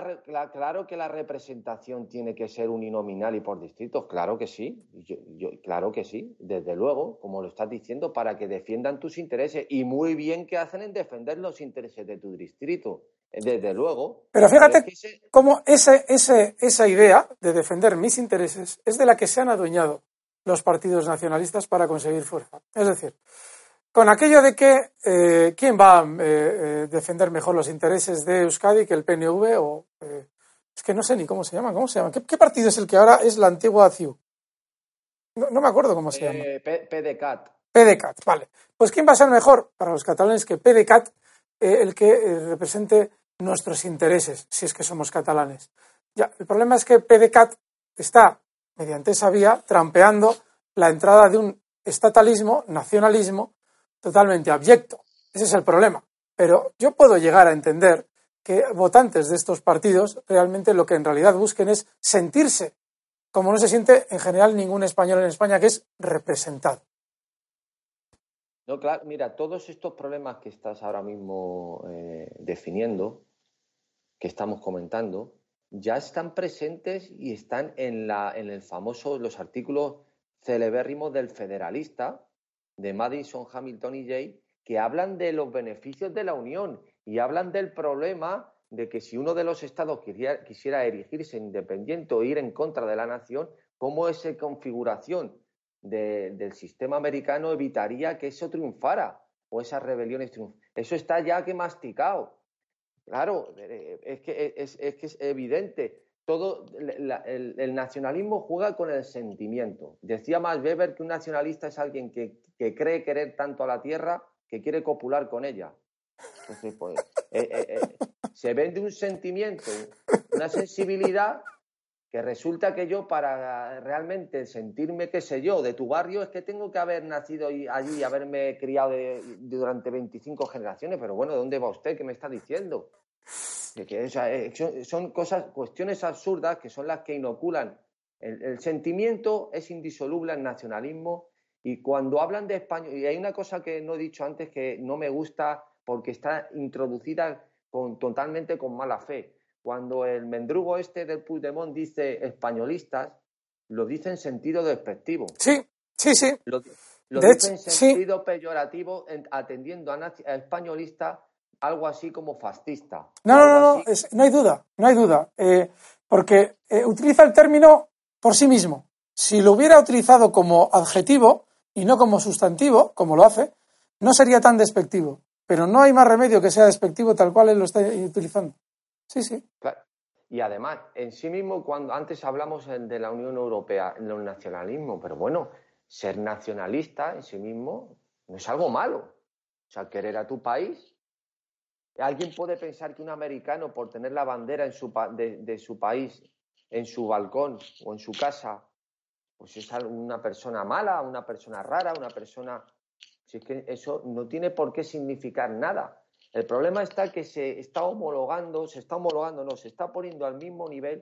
la representación tiene que ser uninominal y por distritos, claro que sí, claro que sí, desde luego, como lo estás diciendo, para que defiendan tus intereses, y muy bien que hacen en defender los intereses de tu distrito, desde luego. Pero fíjate cómo esa idea de defender mis intereses es de la que se han adueñado los partidos nacionalistas para conseguir fuerza. Es decir, con aquello de que quién va a defender mejor los intereses de Euskadi que el PNV o... es que no sé ni cómo se llama. ¿Qué partido es el que ahora es la antigua CIU? No me acuerdo cómo se llama. PDeCAT. PDeCAT, vale. Pues ¿quién va a ser mejor para los catalanes que PDeCAT, el que represente nuestros intereses, si es que somos catalanes? Ya, el problema es que PDeCAT está, mediante esa vía, trampeando la entrada de un estatalismo, nacionalismo, totalmente abyecto. Ese es el problema. Pero yo puedo llegar a entender que votantes de estos partidos realmente lo que en realidad busquen es sentirse, como no se siente en general ningún español en España, que es representado. No, claro, mira, todos estos problemas que estás ahora mismo definiendo, que estamos comentando, ya están presentes y están en el famoso, los artículos celebérrimos del Federalista, de Madison, Hamilton y Jay, que hablan de los beneficios de la Unión y hablan del problema de que si uno de los estados quisiera erigirse independiente o ir en contra de la nación, cómo esa configuración del sistema americano evitaría que eso triunfara o esas rebeliones triunfaran. Eso está ya que masticado. Claro, es que es evidente. El nacionalismo juega con el sentimiento. Decía Max Weber que un nacionalista es alguien que cree querer tanto a la tierra que quiere copular con ella. Entonces, pues, se vende un sentimiento, una sensibilidad, que resulta que yo, para realmente sentirme, qué sé yo, de tu barrio, es que tengo que haber nacido allí y haberme criado durante 25 generaciones. Pero bueno, ¿de dónde va usted? ¿Qué me está diciendo? Son cuestiones absurdas que son las que inoculan. El sentimiento es indisoluble al nacionalismo, y cuando hablan de España, y hay una cosa que no he dicho antes que no me gusta porque está introducida totalmente con mala fe. Cuando el mendrugo del Puigdemont dice españolistas, lo dice en sentido despectivo. Sí. Lo dice en sentido peyorativo, atendiendo a españolistas, algo así como fascista. No hay duda. Porque utiliza el término por sí mismo. Si lo hubiera utilizado como adjetivo y no como sustantivo, como lo hace, no sería tan despectivo. Pero no hay más remedio que sea despectivo tal cual él lo está utilizando. Sí. Claro. Y además, en sí mismo, cuando antes hablamos de la Unión Europea, en el nacionalismo, pero bueno, ser nacionalista en sí mismo no es algo malo. O sea, querer a tu país. ¿Alguien puede pensar que un americano, por tener la bandera de su país en su balcón o en su casa, pues es una persona mala, una persona rara, una persona... Si es que eso no tiene por qué significar nada. El problema está que se está poniendo al mismo nivel,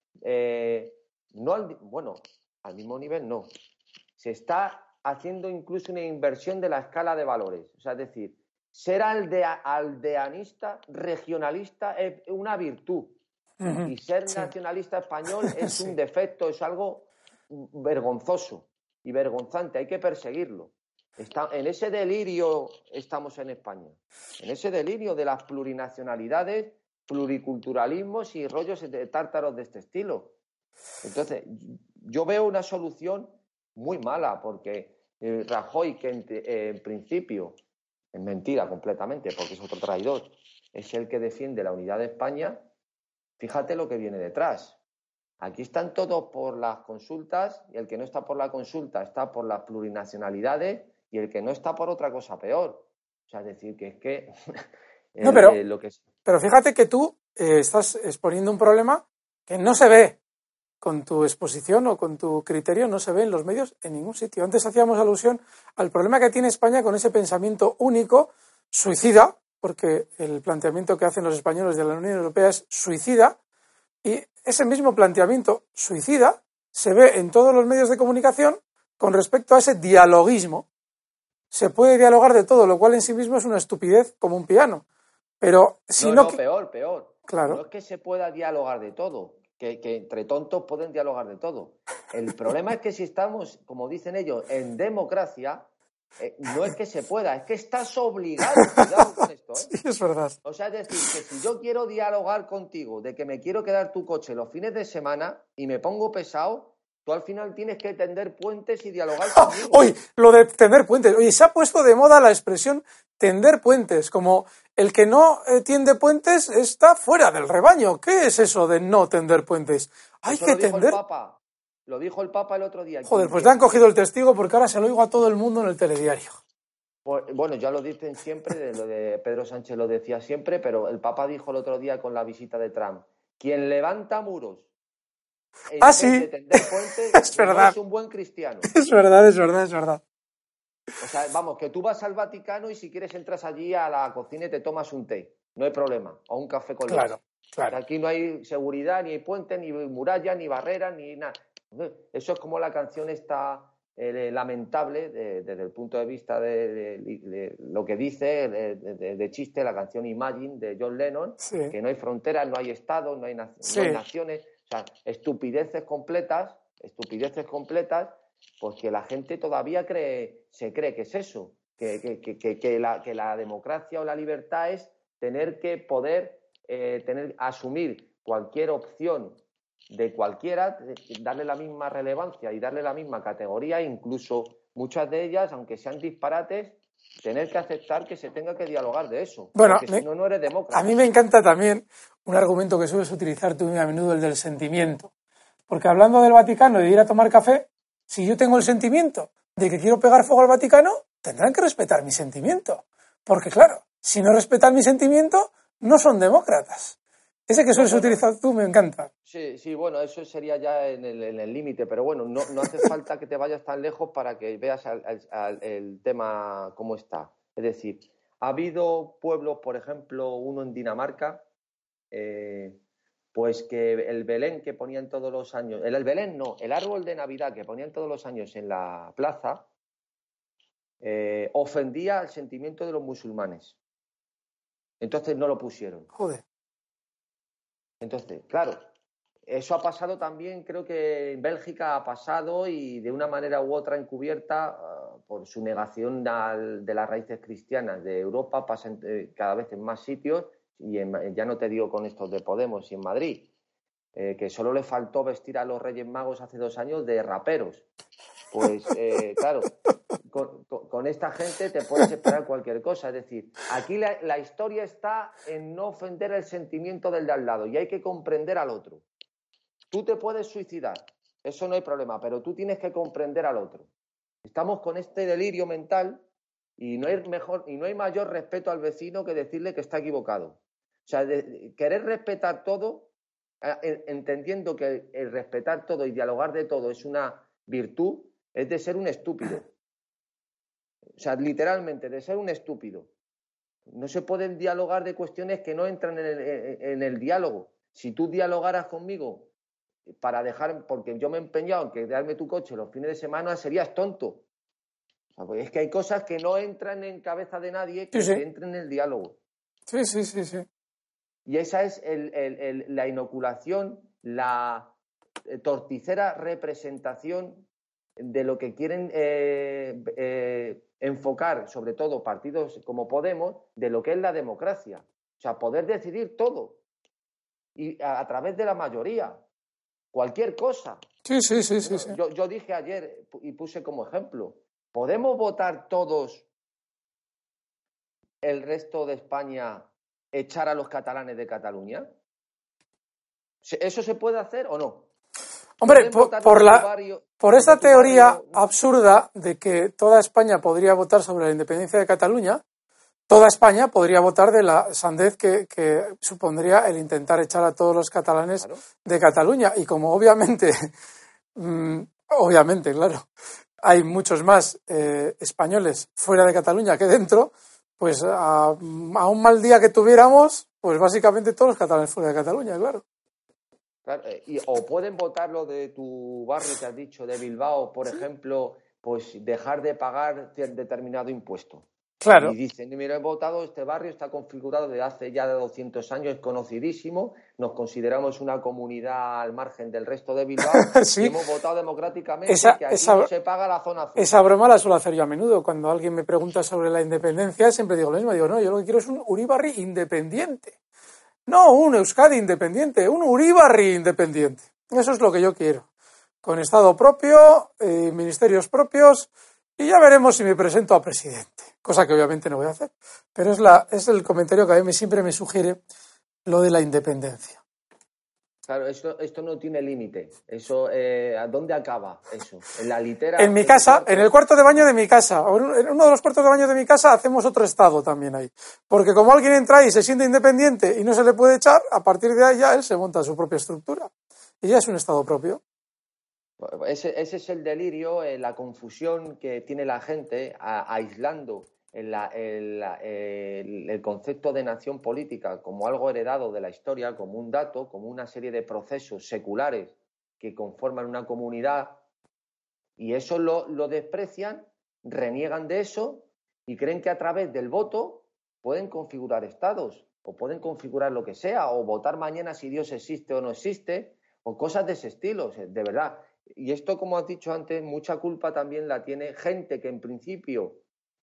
al mismo nivel no. Se está haciendo incluso una inversión de la escala de valores. O sea, es decir, ser aldeanista, regionalista es una virtud. Y ser nacionalista español es un defecto, es algo vergonzoso. y vergonzante, hay que perseguirlo. En ese delirio estamos en España, en ese delirio de las plurinacionalidades, pluriculturalismos y rollos de tártaros de este estilo. Entonces, yo veo una solución muy mala, porque Rajoy, que en principio es mentira completamente, porque es otro traidor, es el que defiende la unidad de España. Fíjate lo que viene detrás. Aquí están todos por las consultas, y el que no está por la consulta está por las plurinacionalidades, y el que no está por otra cosa peor. O sea, es decir, que es que... No, pero fíjate que tú estás exponiendo un problema que no se ve con tu exposición o con tu criterio, no se ve en los medios en ningún sitio. Antes hacíamos alusión al problema que tiene España con ese pensamiento único, suicida, porque el planteamiento que hacen los españoles de la Unión Europea es suicida, y ese mismo planteamiento suicida se ve en todos los medios de comunicación con respecto a ese dialoguismo. Se puede dialogar de todo, lo cual en sí mismo es una estupidez como un piano. Pero si no... peor. Claro. No es que se pueda dialogar de todo, que entre tontos pueden dialogar de todo. El problema es que si estamos, como dicen ellos, en democracia, no es que se pueda, es que estás obligado. Cuidado con esto, ¿eh? Sí, es verdad. O sea, es decir, que si yo quiero dialogar contigo de que me quiero quedar tu coche los fines de semana y me pongo pesado, tú al final tienes que tender puentes y dialogar conmigo. Oye, lo de tender puentes. Oye, se ha puesto de moda la expresión tender puentes, como el que no tiende puentes está fuera del rebaño. ¿Qué es eso de no tender puentes? Hay Eso que lo dijo tender... el Papa. Lo dijo el Papa el otro día. Joder, pues te han cogido el testigo porque ahora se lo oigo a todo el mundo en el telediario. Bueno, ya lo dicen siempre, lo de Pedro Sánchez lo decía siempre, pero el Papa dijo el otro día con la visita de Trump: quien levanta muros en vez de tender puentes, es verdad. No es un buen cristiano. Es verdad. O sea, vamos, que tú vas al Vaticano y si quieres entras allí a la cocina y te tomas un té, no hay problema, o un café con leche. Claro. Aquí no hay seguridad, ni hay puente, ni muralla, ni barrera, ni nada. Eso es como la canción esta lamentable desde el punto de vista de lo que dice de chiste, la canción Imagine de John Lennon, sí. Que no hay fronteras, no hay estados, no hay naciones, o sea, estupideces completas, pues que la gente todavía se cree que es eso, que la democracia o la libertad es tener que poder asumir cualquier opción de cualquiera, darle la misma relevancia y darle la misma categoría, incluso muchas de ellas, aunque sean disparates, tener que aceptar que se tenga que dialogar de eso. Bueno, porque si no, no eres demócrata. A mí me encanta también un argumento que sueles utilizar tú muy a menudo, el del sentimiento. Porque hablando del Vaticano y de ir a tomar café, si yo tengo el sentimiento de que quiero pegar fuego al Vaticano, tendrán que respetar mi sentimiento. Porque claro, si no respetan mi sentimiento, no son demócratas. Ese que sueles utilizar tú me encanta. Sí, bueno, eso sería ya en el límite, pero bueno, no hace falta que te vayas tan lejos para que veas el tema cómo está. Es decir, ha habido pueblos, por ejemplo, uno en Dinamarca, pues que el Belén que ponían todos los años, el Belén no, el árbol de Navidad que ponían todos los años en la plaza, ofendía el sentimiento de los musulmanes. Entonces no lo pusieron. Joder. Entonces, claro, eso ha pasado también, creo que en Bélgica ha pasado, y de una manera u otra encubierta, por su negación de las raíces cristianas de Europa, pasa cada vez en más sitios, y ya no te digo con estos de Podemos y en Madrid, que solo le faltó vestir a los Reyes Magos hace 2 años de raperos. Pues claro, con esta gente te puedes esperar cualquier cosa. Es decir, aquí la historia está en no ofender el sentimiento del de al lado, y hay que comprender al otro. Tú te puedes suicidar, eso no hay problema, pero tú tienes que comprender al otro. Estamos con este delirio mental y no hay mayor respeto al vecino que decirle que está equivocado. O sea, querer respetar todo, entendiendo que el respetar todo y dialogar de todo es una virtud, es de ser un estúpido. O sea, literalmente, de ser un estúpido. No se pueden dialogar de cuestiones que no entran en el diálogo. Si tú dialogaras conmigo porque yo me he empeñado en que darme tu coche los fines de semana, serías tonto. O sea, pues es que hay cosas que no entran en cabeza de nadie que entren en el diálogo. Sí. Y esa es la inoculación, la torticera representación de lo que quieren enfocar, sobre todo partidos como Podemos, de lo que es la democracia. O sea, poder decidir todo y a través de la mayoría, cualquier cosa. Sí. Yo dije ayer y puse como ejemplo, ¿podemos votar todos el resto de España, echar a los catalanes de Cataluña? ¿Eso se puede hacer o no? Hombre, por esta teoría absurda de que toda España podría votar sobre la independencia de Cataluña, toda España podría votar de la sandez que supondría el intentar echar a todos los catalanes de Cataluña. Y como obviamente, claro, hay muchos más españoles fuera de Cataluña que dentro, pues a un mal día que tuviéramos, pues básicamente todos los catalanes fuera de Cataluña, claro. Claro, o pueden votar lo de tu barrio que has dicho, de Bilbao, por ejemplo, pues dejar de pagar determinado impuesto. Claro. Y dicen, mira, he votado, este barrio está configurado desde hace ya de 200 años, es conocidísimo, nos consideramos una comunidad al margen del resto de Bilbao sí. Y hemos votado democráticamente que aquí no se paga la zona azul. Esa broma la suelo hacer yo a menudo. Cuando alguien me pregunta sobre la independencia, siempre digo lo mismo. Digo, no, yo lo que quiero es un Uribarri independiente. No un Euskadi independiente, un Uribarri independiente. Eso es lo que yo quiero. Con Estado propio, ministerios propios, y ya veremos si me presento a presidente. Cosa que obviamente no voy a hacer. Pero es el comentario que a mí siempre me sugiere lo de la independencia. Claro, esto no tiene límite. Eso, ¿a dónde acaba eso? En la litera. En mi casa, en el cuarto de baño de mi casa, en uno de los cuartos de baño de mi casa hacemos otro estado también ahí. Porque como alguien entra ahí y se siente independiente y no se le puede echar, a partir de ahí ya él se monta su propia estructura. Y ya es un estado propio. Ese es el delirio, la confusión que tiene la gente aislando el concepto de nación política como algo heredado de la historia, como un dato, como una serie de procesos seculares que conforman una comunidad, y eso lo desprecian, reniegan de eso y creen que a través del voto pueden configurar estados o pueden configurar lo que sea, o votar mañana si Dios existe o no existe, o cosas de ese estilo, de verdad. Y esto, como has dicho antes, mucha culpa también la tiene gente que en principio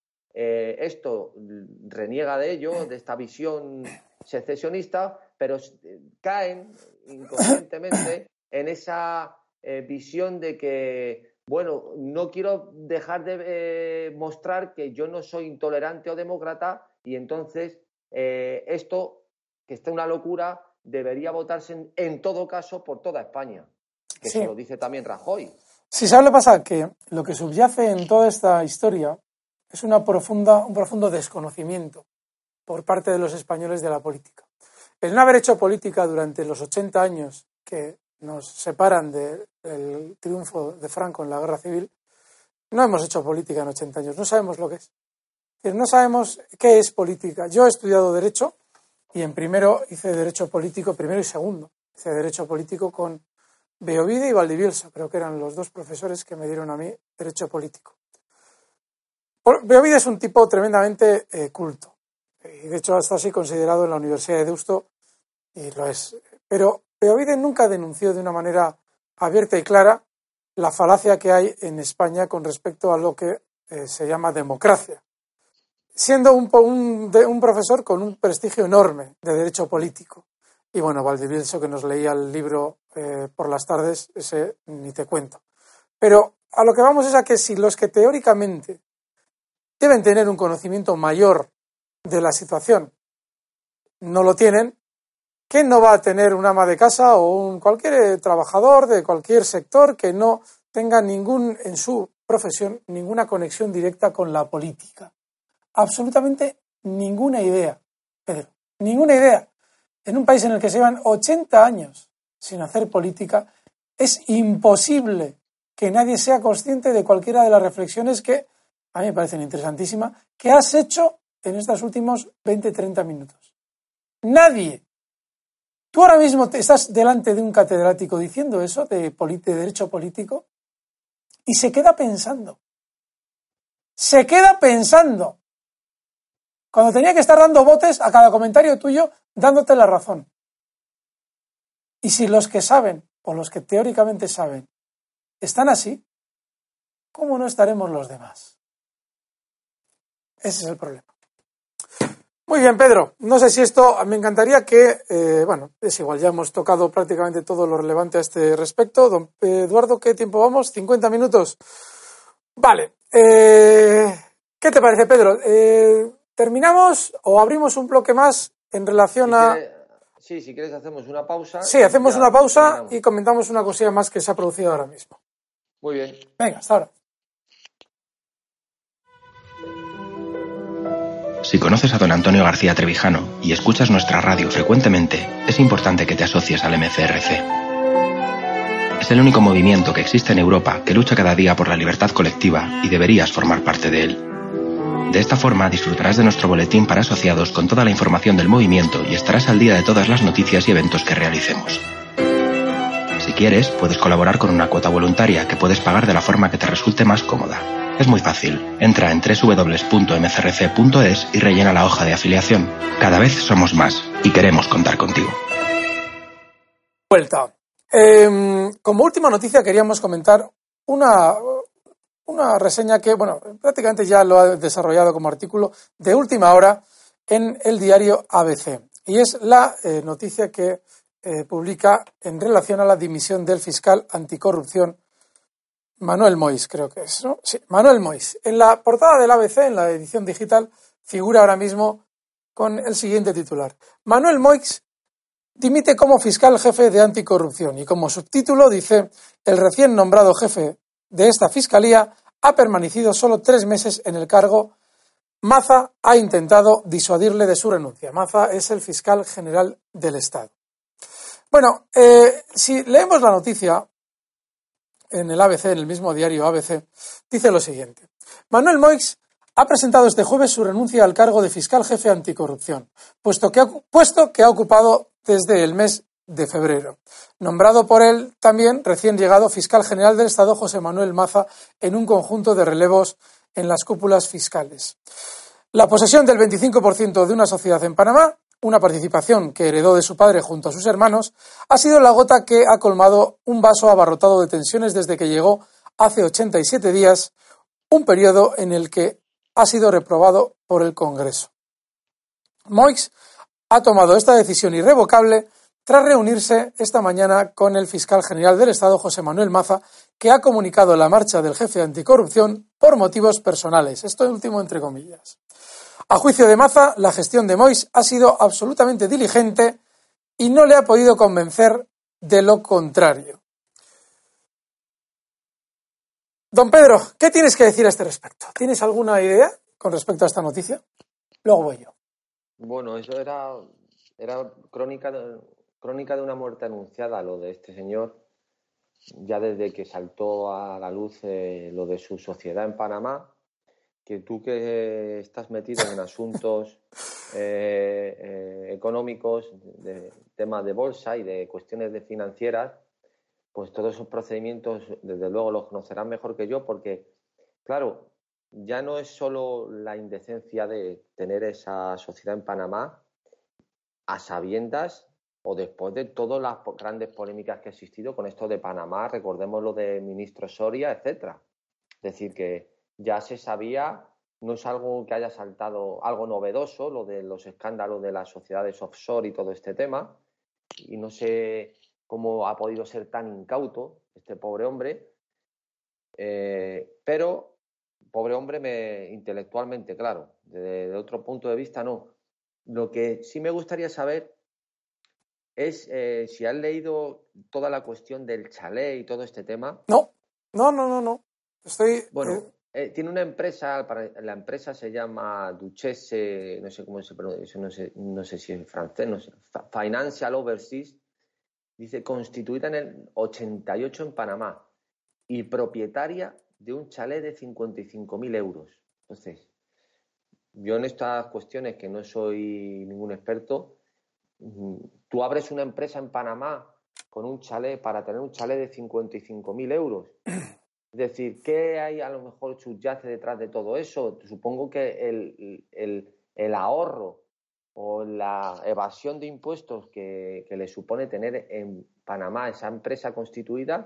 esto reniega de ello, de esta visión secesionista, pero caen inconscientemente en esa visión de que, bueno, no quiero dejar de mostrar que yo no soy intolerante o demócrata, y entonces esto, que está una locura, debería votarse en todo caso por toda España, que sí. Se lo dice también Rajoy. Sí, ¿sabes lo que pasa? Que lo que subyace en toda esta historia es un profundo desconocimiento por parte de los españoles de la política. El no haber hecho política durante los 80 años que nos separan del triunfo de Franco en la Guerra Civil, no hemos hecho política en 80 años, no sabemos lo que es. No sabemos qué es política. Yo he estudiado Derecho y en primero hice Derecho Político, primero y segundo. Hice Derecho Político con Beovide y Valdivielso, creo que eran los dos profesores que me dieron a mí Derecho Político. Beovide es un tipo tremendamente culto, y de hecho está así considerado en la Universidad de Deusto, y lo es. Pero Beovide nunca denunció de una manera abierta y clara la falacia que hay en España con respecto a lo que se llama democracia, siendo un profesor con un prestigio enorme de Derecho Político. Y bueno, Valdivielso, que nos leía el libro por las tardes, ese ni te cuento. Pero a lo que vamos es a que si los que teóricamente deben tener un conocimiento mayor de la situación no lo tienen, ¿quién no va a tener un ama de casa o cualquier trabajador de cualquier sector que no tenga en su profesión ninguna conexión directa con la política? Absolutamente ninguna idea, Pedro, ninguna idea. En un país en el que se llevan 80 años sin hacer política, es imposible que nadie sea consciente de cualquiera de las reflexiones que a mí me parecen interesantísimas, que has hecho en estos últimos 20-30 minutos. Nadie. Tú ahora mismo estás delante de un catedrático diciendo eso de derecho político y se queda pensando. Se queda pensando. Cuando tenía que estar dando botes a cada comentario tuyo, dándote la razón. Y si los que saben, o los que teóricamente saben, están así, ¿cómo no estaremos los demás? Ese es el problema. Muy bien, Pedro. No sé si esto, me encantaría que, bueno, es igual, ya hemos tocado prácticamente todo lo relevante a este respecto. Don Eduardo, ¿qué tiempo vamos? ¿50 minutos? Vale. ¿Qué te parece, Pedro? ¿Terminamos o abrimos un bloque más en relación a...? Sí, si quieres hacemos una pausa. Sí, hacemos una pausa terminamos. y comentamos una cosilla más que se ha producido ahora mismo. Muy bien. Venga, hasta ahora. Si conoces a don Antonio García Trevijano y escuchas nuestra radio frecuentemente, es importante que te asocies al MCRC. Es el único movimiento que existe en Europa que lucha cada día por la libertad colectiva y deberías formar parte de él. De esta forma disfrutarás de nuestro boletín para asociados con toda la información del movimiento y estarás al día de todas las noticias y eventos que realicemos. Si quieres, puedes colaborar con una cuota voluntaria que puedes pagar de la forma que te resulte más cómoda. Es muy fácil. Entra en www.mcrc.es y rellena la hoja de afiliación. Cada vez somos más y queremos contar contigo. Vuelta. Como última noticia queríamos comentar una reseña que, bueno, prácticamente ya lo ha desarrollado como artículo de última hora en el diario ABC. Y es la noticia que publica en relación a la dimisión del fiscal anticorrupción Manuel Moix, creo que es, ¿no? Sí, Manuel Moix. En la portada del ABC, en la edición digital, figura ahora mismo con el siguiente titular. Manuel Moix dimite como fiscal jefe de anticorrupción y como subtítulo dice: el recién nombrado jefe de esta fiscalía ha permanecido solo 3 meses en el cargo. Maza ha intentado disuadirle de su renuncia. Maza es el fiscal general del Estado. Bueno, si leemos la noticia en el ABC, en el mismo diario ABC, dice lo siguiente. Manuel Moix ha presentado este jueves su renuncia al cargo de fiscal jefe anticorrupción, puesto que ha ocupado desde el mes de febrero. Nombrado por él también, recién llegado fiscal general del Estado, José Manuel Maza, en un conjunto de relevos en las cúpulas fiscales. La posesión del 25% de una sociedad en Panamá, una participación que heredó de su padre junto a sus hermanos, ha sido la gota que ha colmado un vaso abarrotado de tensiones desde que llegó hace 87 días, un periodo en el que ha sido reprobado por el Congreso. Moix ha tomado esta decisión irrevocable tras reunirse esta mañana con el fiscal general del Estado, José Manuel Maza, que ha comunicado la marcha del jefe anticorrupción por motivos personales. Esto último entre comillas. A juicio de Maza, la gestión de Moix ha sido absolutamente diligente y no le ha podido convencer de lo contrario. Don Pedro, ¿qué tienes que decir a este respecto? ¿Tienes alguna idea con respecto a esta noticia? Luego voy yo. Bueno, eso era crónica de una muerte anunciada, lo de este señor, ya desde que saltó a la luz lo de su sociedad en Panamá, que tú que estás metido en asuntos económicos, de temas de bolsa y de cuestiones de financieras, pues todos esos procedimientos, desde luego, los conocerás mejor que yo, porque, claro, ya no es solo la indecencia de tener esa sociedad en Panamá a sabiendas o después de todas las grandes polémicas que ha existido con esto de Panamá, recordemos lo de ministro Soria, etcétera. Es decir, que ya se sabía, no es algo que haya saltado, algo novedoso, lo de los escándalos de las sociedades offshore y todo este tema, y no sé cómo ha podido ser tan incauto este pobre hombre, pero pobre hombre intelectualmente, claro, de otro punto de vista no. Lo que sí me gustaría saber es si has leído toda la cuestión del chalet y todo este tema. No. Bueno, tiene una empresa, la empresa se llama Duchesse, no sé cómo se pronuncia, no sé si es francés, no sé, Financial Overseas, dice, constituida en el 88 en Panamá y propietaria de un chalet de 55.000 euros. Entonces, yo en estas cuestiones, que no soy ningún experto, tú abres una empresa en Panamá con un chalet para tener un chalet de 55.000 euros. Es decir, ¿qué hay a lo mejor subyace detrás de todo eso? Supongo que el ahorro o la evasión de impuestos que le supone tener en Panamá esa empresa constituida,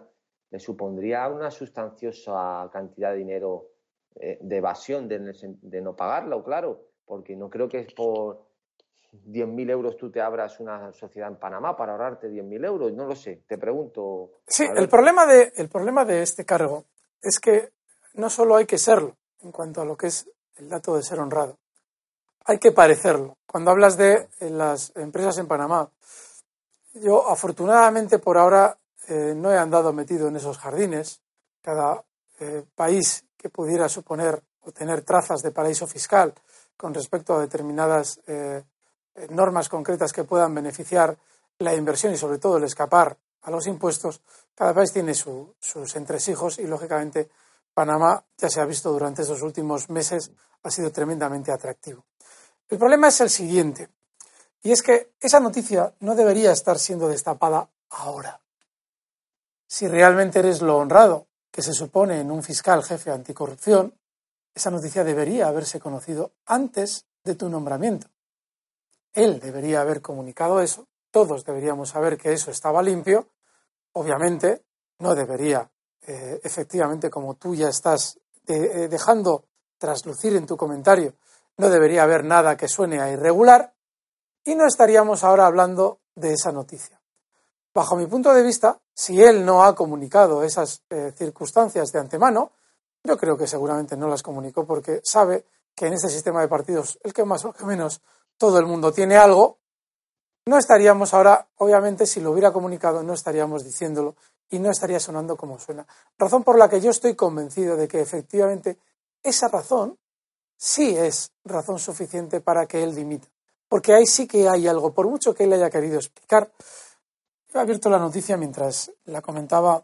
le supondría una sustanciosa cantidad de dinero de evasión, de no pagarlo, claro, porque no creo que es por 10.000 euros tú te abras una sociedad en Panamá para ahorrarte 10.000 euros, no lo sé, te pregunto. Sí, el problema de este cargo es que no solo hay que serlo en cuanto a lo que es el dato de ser honrado, hay que parecerlo. Cuando hablas de las empresas en Panamá, yo afortunadamente por ahora no he andado metido en esos jardines. Cada país que pudiera suponer o tener trazas de paraíso fiscal con respecto a determinadas normas concretas que puedan beneficiar la inversión y sobre todo el escapar a los impuestos, cada país tiene sus entresijos y lógicamente Panamá, ya se ha visto durante estos últimos meses, ha sido tremendamente atractivo. El problema es el siguiente, y es que esa noticia no debería estar siendo destapada ahora. Si realmente eres lo honrado que se supone en un fiscal jefe anticorrupción, esa noticia debería haberse conocido antes de tu nombramiento. Él debería haber comunicado eso, todos deberíamos saber que eso estaba limpio, obviamente no debería, efectivamente, como tú ya estás dejando traslucir en tu comentario, no debería haber nada que suene a irregular y no estaríamos ahora hablando de esa noticia. Bajo mi punto de vista, si él no ha comunicado esas circunstancias de antemano, yo creo que seguramente no las comunicó porque sabe que en este sistema de partidos, el que más o que menos todo el mundo tiene algo, no estaríamos ahora, obviamente, si lo hubiera comunicado, no estaríamos diciéndolo y no estaría sonando como suena. Razón por la que yo estoy convencido de que efectivamente esa razón sí es razón suficiente para que él dimita. Porque ahí sí que hay algo, por mucho que él haya querido explicar. He abierto la noticia mientras la comentaba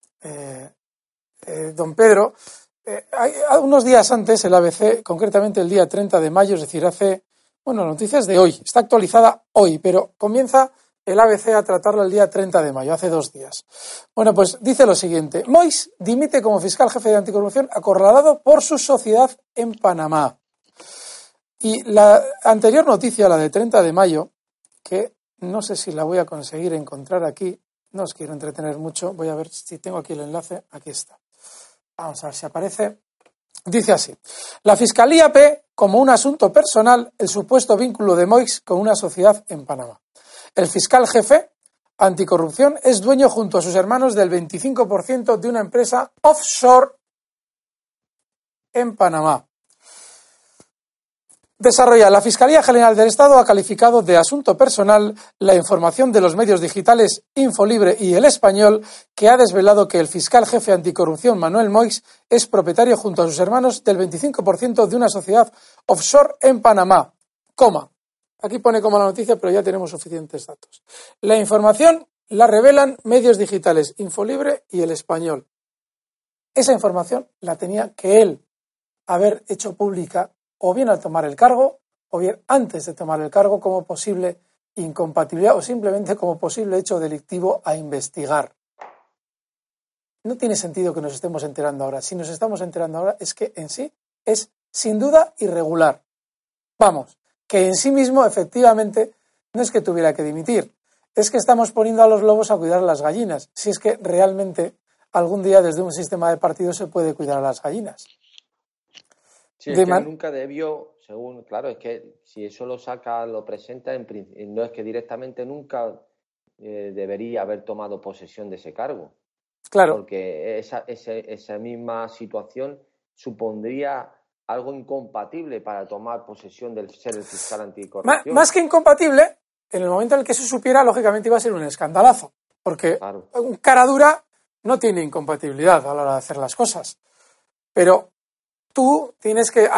don Pedro. Unos días antes, el ABC, concretamente el día 30 de mayo, es decir, la noticia es de hoy, está actualizada hoy, pero comienza el ABC a tratarla el día 30 de mayo, hace 2 días. Bueno, pues dice lo siguiente: Moix dimite como fiscal jefe de anticorrupción acorralado por su sociedad en Panamá. Y la anterior noticia, la de 30 de mayo, que no sé si la voy a conseguir encontrar aquí, no os quiero entretener mucho, voy a ver si tengo aquí el enlace, aquí está. Vamos a ver si aparece. Dice así: la Fiscalía P como un asunto personal el supuesto vínculo de Moix con una sociedad en Panamá. El fiscal jefe anticorrupción es dueño junto a sus hermanos del 25% de una empresa offshore en Panamá. Desarrolla. La Fiscalía General del Estado ha calificado de asunto personal la información de los medios digitales Infolibre y El Español, que ha desvelado que el fiscal jefe anticorrupción Manuel Moix es propietario junto a sus hermanos del 25% de una sociedad offshore en Panamá. Aquí pone coma la noticia, pero ya tenemos suficientes datos. La información la revelan medios digitales Infolibre y El Español. Esa información la tenía que él haber hecho pública o bien al tomar el cargo, o bien antes de tomar el cargo como posible incompatibilidad o simplemente como posible hecho delictivo a investigar. No tiene sentido que nos estemos enterando ahora. Si nos estamos enterando ahora es que en sí es sin duda irregular. Vamos, que en sí mismo efectivamente no es que tuviera que dimitir, es que estamos poniendo a los lobos a cuidar a las gallinas, si es que realmente algún día desde un sistema de partidos se puede cuidar a las gallinas. Sí, es que nunca debió, según, claro, es que si eso lo saca, lo presenta, no es que directamente nunca debería haber tomado posesión de ese cargo. Claro. Porque esa misma situación supondría algo incompatible para tomar posesión del ser el fiscal anticorrupción. Más que incompatible, en el momento en el que se supiera, lógicamente iba a ser un escandalazo, porque claro, un cara dura no tiene incompatibilidad a la hora de hacer las cosas. Pero tú tienes que,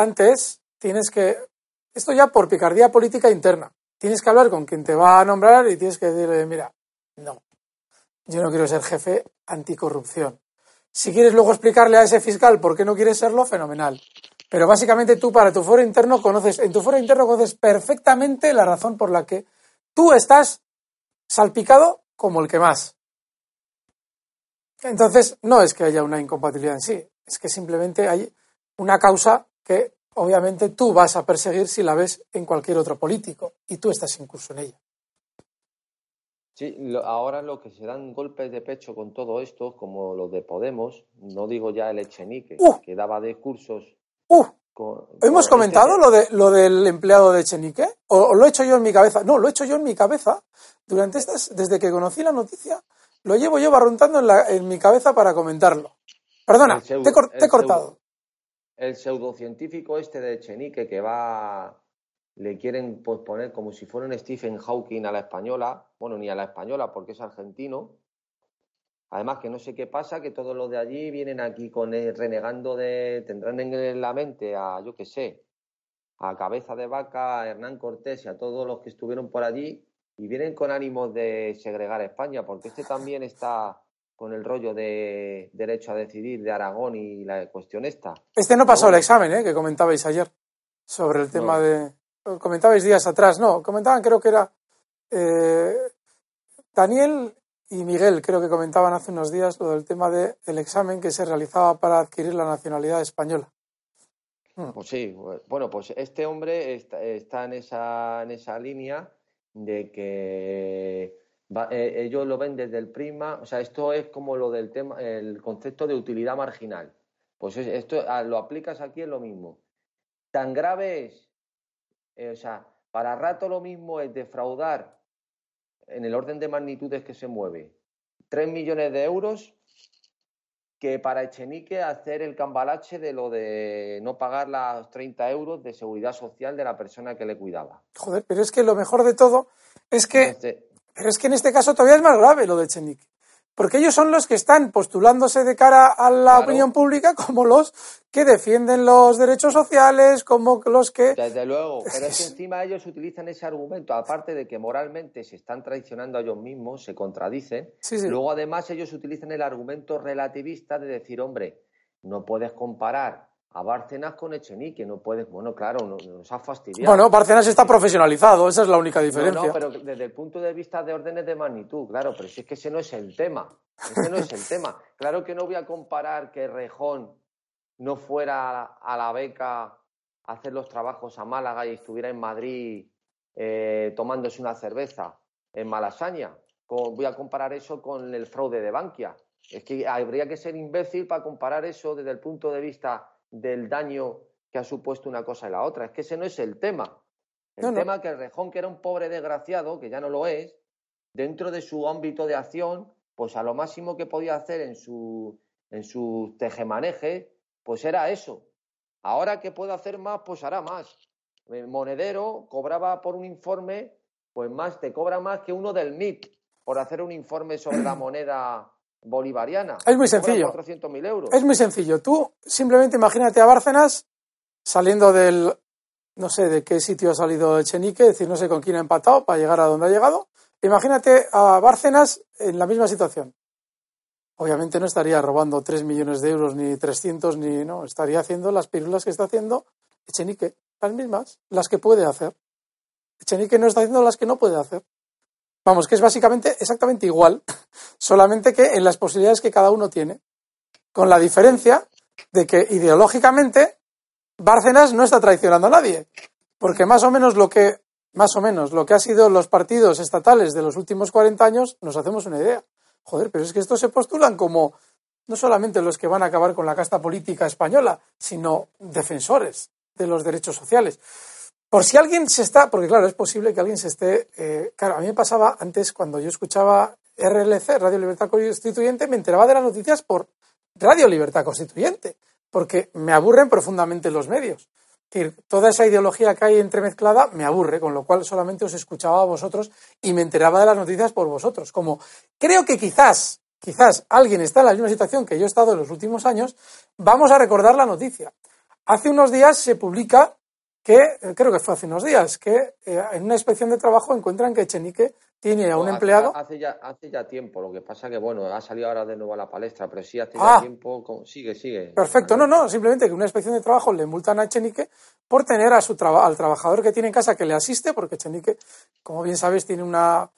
esto ya por picardía política interna, tienes que hablar con quien te va a nombrar y tienes que decirle, mira, no, yo no quiero ser jefe anticorrupción. Si quieres luego explicarle a ese fiscal por qué no quieres serlo, fenomenal. Pero básicamente tú en tu foro interno conoces perfectamente la razón por la que tú estás salpicado como el que más. Entonces, no es que haya una incompatibilidad en sí, es que simplemente hay una causa que obviamente tú vas a perseguir si la ves en cualquier otro político y tú estás incurso en ella. Sí, ahora lo que se dan golpes de pecho con todo esto, como los de Podemos, no digo ya el Echenique, ¡Uh! que daba discursos ¡Uh! con, ¿Hemos con este comentado lo del empleado de Echenique? ¿O lo he hecho yo en mi cabeza? No, lo he hecho yo en mi cabeza. Desde que conocí la noticia, lo llevo yo barruntando en mi cabeza para comentarlo. Perdona, el pseudo, te he cortado. el pseudocientífico este de Echenique que le quieren pues, poner como si fuera un Stephen Hawking a la española, bueno, ni a la española porque es argentino. Además que no sé qué pasa, que todos los de allí vienen aquí renegando tendrán en la mente yo qué sé, a Cabeza de Vaca, a Hernán Cortés y a todos los que estuvieron por allí y vienen con ánimos de segregar a España, porque este también está con el rollo de derecho a decidir de Aragón y la cuestión esta. Este no Pero pasó el bueno, examen, que comentabais ayer sobre el tema no, de... Comentabais días atrás, no, comentaban, creo que era Daniel y Miguel, creo que comentaban hace unos días lo del tema del examen que se realizaba para adquirir la nacionalidad española. pues sí, bueno, pues este hombre está en esa línea de que ellos lo ven desde el prisma, o sea, esto es como lo del tema, el concepto de utilidad marginal. Pues esto lo aplicas aquí es lo mismo. Tan grave es, o sea, para rato lo mismo es defraudar en el orden de magnitudes que se mueve 3 millones de euros que para Echenique hacer el cambalache de lo de no pagar los 30 euros de seguridad social de la persona que le cuidaba. Joder, pero es que lo mejor de todo es que, Entonces, pero es que en este caso todavía es más grave lo de Echenique. Porque ellos son los que están postulándose de cara a la claro, opinión pública como los que defienden los derechos sociales, como los que... desde luego, pero es que encima ellos utilizan ese argumento, aparte de que moralmente se están traicionando a ellos mismos, se contradicen, Sí, sí. luego además ellos utilizan el argumento relativista de decir, hombre, no puedes comparar a Bárcenas con Echenique, no puedes, bueno, claro, nos ha fastidiado. Bueno, Bárcenas está profesionalizado, esa es la única diferencia. No, pero desde el punto de vista de órdenes de magnitud, claro, pero si es que ese no es el tema, ese no es el tema. Claro que no voy a comparar que Rejón no fuera a la beca a hacer los trabajos a Málaga y estuviera en Madrid tomándose una cerveza en Malasaña. Voy a comparar eso con el fraude de Bankia. Es que habría que ser imbécil para comparar eso desde el punto de vista del daño que ha supuesto una cosa y la otra. Es que ese no es el tema. El tema que el Rejón, que era un pobre desgraciado, que ya no lo es, dentro de su ámbito de acción, pues a lo máximo que podía hacer en su tejemaneje, pues era eso. Ahora que puede hacer más, pues hará más. El Monedero cobraba por un informe, pues te cobra más que uno del MIP por hacer un informe sobre la moneda bolivariana. Es muy sencillo. 400.000 euros. Es muy sencillo. Tú simplemente imagínate a Bárcenas saliendo del... No sé de qué sitio ha salido Echenique, es decir, no sé con quién ha empatado para llegar a donde ha llegado. Imagínate a Bárcenas en la misma situación. Obviamente no estaría robando 3 millones de euros, ni 300, ni no. Estaría haciendo las pirulas que está haciendo Echenique. Las mismas, las que puede hacer. Echenique no está haciendo las que no puede hacer. Vamos, que es básicamente exactamente igual, solamente que en las posibilidades que cada uno tiene. Con la diferencia de que ideológicamente Bárcenas no está traicionando a nadie, porque más o menos lo que ha sido los partidos estatales de los últimos 40 años, nos hacemos una idea. Joder, pero es que estos se postulan como no solamente los que van a acabar con la casta política española, sino defensores de los derechos sociales. Por si alguien porque claro, es posible que alguien se esté... claro, a mí me pasaba antes cuando yo escuchaba RLC, Radio Libertad Constituyente, me enteraba de las noticias por Radio Libertad Constituyente, porque me aburren profundamente los medios. Es decir, toda esa ideología que hay entremezclada me aburre, con lo cual solamente os escuchaba a vosotros y me enteraba de las noticias por vosotros. Como creo que quizás alguien está en la misma situación que yo he estado en los últimos años, vamos a recordar la noticia. Hace unos días se publica creo que fue hace unos días, que en una inspección de trabajo encuentran que Echenique tiene a un empleado... Hace ya tiempo, lo que pasa que, bueno, ha salido ahora de nuevo a la palestra, pero sí hace ya tiempo... Sigue. Perfecto, no, simplemente que una inspección de trabajo le multan a Echenique por tener al trabajador que tiene en casa que le asiste, porque Echenique, como bien sabes, tiene una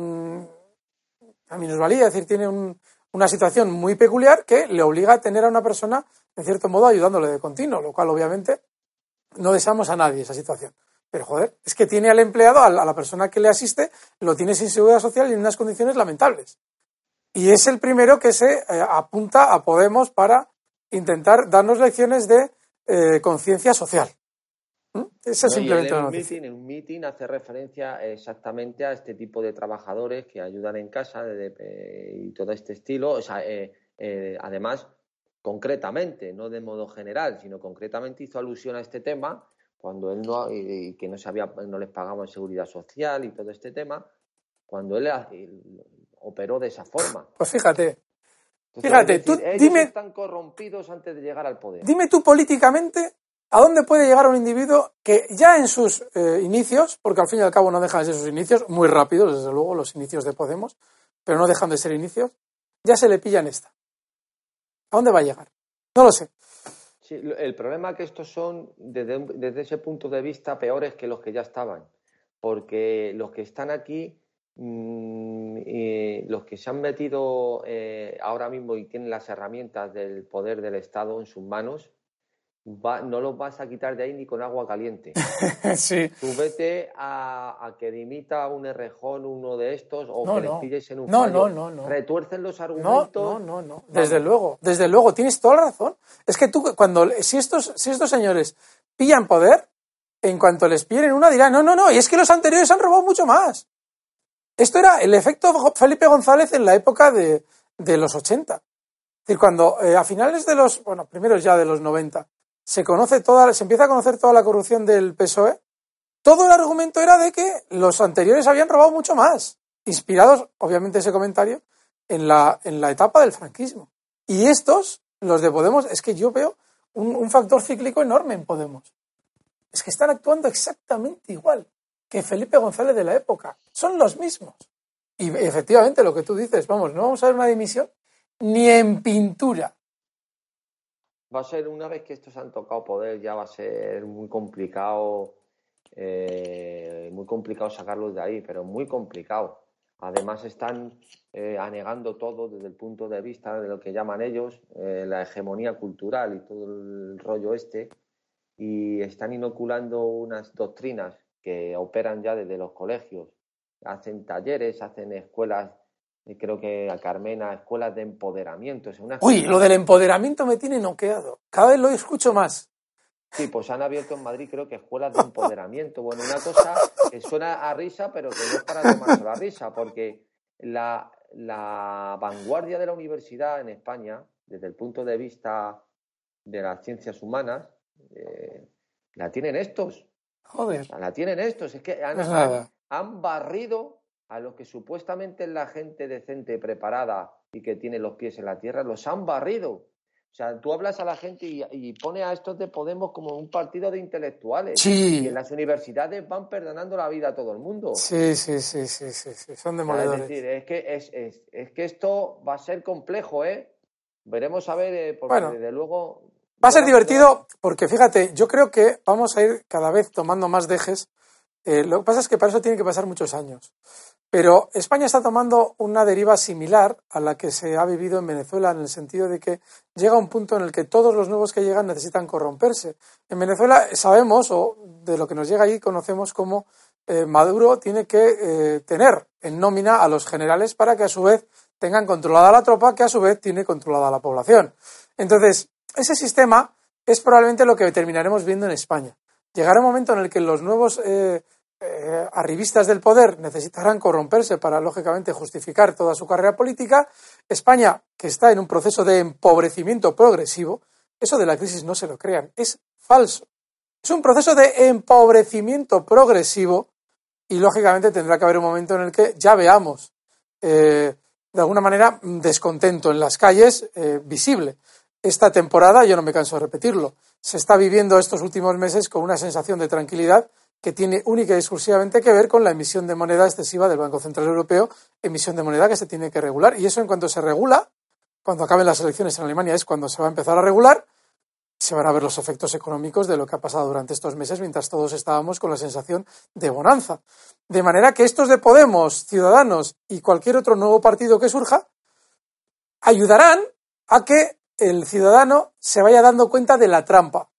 minusvalía, es decir, tiene una situación muy peculiar que le obliga a tener a una persona, en cierto modo, ayudándole de continuo, lo cual obviamente no deseamos a nadie esa situación. Pero, joder, es que tiene al empleado, a la persona que le asiste, lo tiene sin seguridad social y en unas condiciones lamentables. Y es el primero que se apunta a Podemos para intentar darnos lecciones de conciencia social. Esa es simplemente la noticia. En un meeting hace referencia exactamente a este tipo de trabajadores que ayudan en casa y todo este estilo. O sea, además, concretamente, no de modo general, sino concretamente hizo alusión a este tema cuando él que no les pagaban seguridad social y todo este tema, cuando él operó de esa forma. Pues fíjate. Entonces, Fíjate, tú dime, están corrompidos antes de llegar al poder. Dime tú políticamente a dónde puede llegar un individuo que ya en sus inicios, porque al fin y al cabo no dejan de ser sus inicios, muy rápidos, desde luego, los inicios de Podemos, pero no dejan de ser inicios, ya se le pillan esta. ¿A dónde va a llegar? No lo sé. Sí, el problema es que estos son, desde ese punto de vista, peores que los que ya estaban, porque los que están aquí, los que se han metido ahora mismo y tienen las herramientas del poder del Estado en sus manos, no los vas a quitar de ahí ni con agua caliente. Sí. Tú vete a que dimita un Errejón, uno de estos, o No, que no. les pilles en un No, fallo. no. Retuercen los argumentos. No. Desde luego, tienes toda la razón. Es que tú, si estos señores pillan poder, en cuanto les pillen una dirán, no, y es que los anteriores han robado mucho más. Esto era el efecto Felipe González en la época de los 80. Es decir, cuando a finales de primeros ya de los 90, se empieza a conocer toda la corrupción del PSOE, todo el argumento era de que los anteriores habían robado mucho más, inspirados, obviamente, ese comentario, en la etapa del franquismo. Y estos, los de Podemos, es que yo veo un factor cíclico enorme en Podemos. Es que están actuando exactamente igual que Felipe González de la época. Son los mismos. Y efectivamente, lo que tú dices, no vamos a ver una dimisión ni en pintura. Va a ser, una vez que estos han tocado poder, ya va a ser muy complicado sacarlos de ahí, pero muy complicado. Además están anegando todo desde el punto de vista de lo que llaman ellos la hegemonía cultural y todo el rollo y están inoculando unas doctrinas que operan ya desde los colegios. Hacen talleres, hacen escuelas, creo que a Carmena, escuelas de empoderamiento. Uy, lo del empoderamiento me tiene noqueado. Cada vez lo escucho más. Sí, pues han abierto en Madrid, creo que escuelas de empoderamiento. Bueno, una cosa que suena a risa, pero que no es para tomarse la risa, porque la vanguardia de la universidad en España, desde el punto de vista de las ciencias humanas, la tienen estos. Joder. O sea, la tienen estos. Es que han barrido a los que supuestamente es la gente decente, preparada y que tiene los pies en la tierra, los han barrido. O sea, tú hablas a la gente y pone a estos de Podemos como un partido de intelectuales. Sí. Y en las universidades van perdonando la vida a todo el mundo. Sí. Son demoledores. Es decir, es que esto va a ser complejo, ¿eh? Veremos a ver, porque desde luego... Va a ser divertido porque, fíjate, yo creo que vamos a ir cada vez tomando más dejes. Lo que pasa es que para eso tienen que pasar muchos años. Pero España está tomando una deriva similar a la que se ha vivido en Venezuela, en el sentido de que llega un punto en el que todos los nuevos que llegan necesitan corromperse. En Venezuela sabemos, o de lo que nos llega ahí conocemos como Maduro tiene que tener en nómina a los generales para que a su vez tengan controlada la tropa, que a su vez tiene controlada la población. Entonces, ese sistema es probablemente lo que terminaremos viendo en España. Llegará un momento en el que los nuevos arribistas del poder necesitarán corromperse para, lógicamente, justificar toda su carrera política. España, que está en un proceso de empobrecimiento progresivo, eso de la crisis no se lo crean, es falso. Es un proceso de empobrecimiento progresivo y, lógicamente, tendrá que haber un momento en el que ya veamos, de alguna manera, descontento en las calles visible. Esta temporada, yo no me canso de repetirlo, se está viviendo estos últimos meses con una sensación de tranquilidad que tiene única y exclusivamente que ver con la emisión de moneda excesiva del Banco Central Europeo, emisión de moneda que se tiene que regular. Y eso, en cuanto se regula, cuando acaben las elecciones en Alemania, es cuando se va a empezar a regular, se van a ver los efectos económicos de lo que ha pasado durante estos meses mientras todos estábamos con la sensación de bonanza. De manera que estos de Podemos, Ciudadanos y cualquier otro nuevo partido que surja ayudarán a que el ciudadano se vaya dando cuenta de la trampa.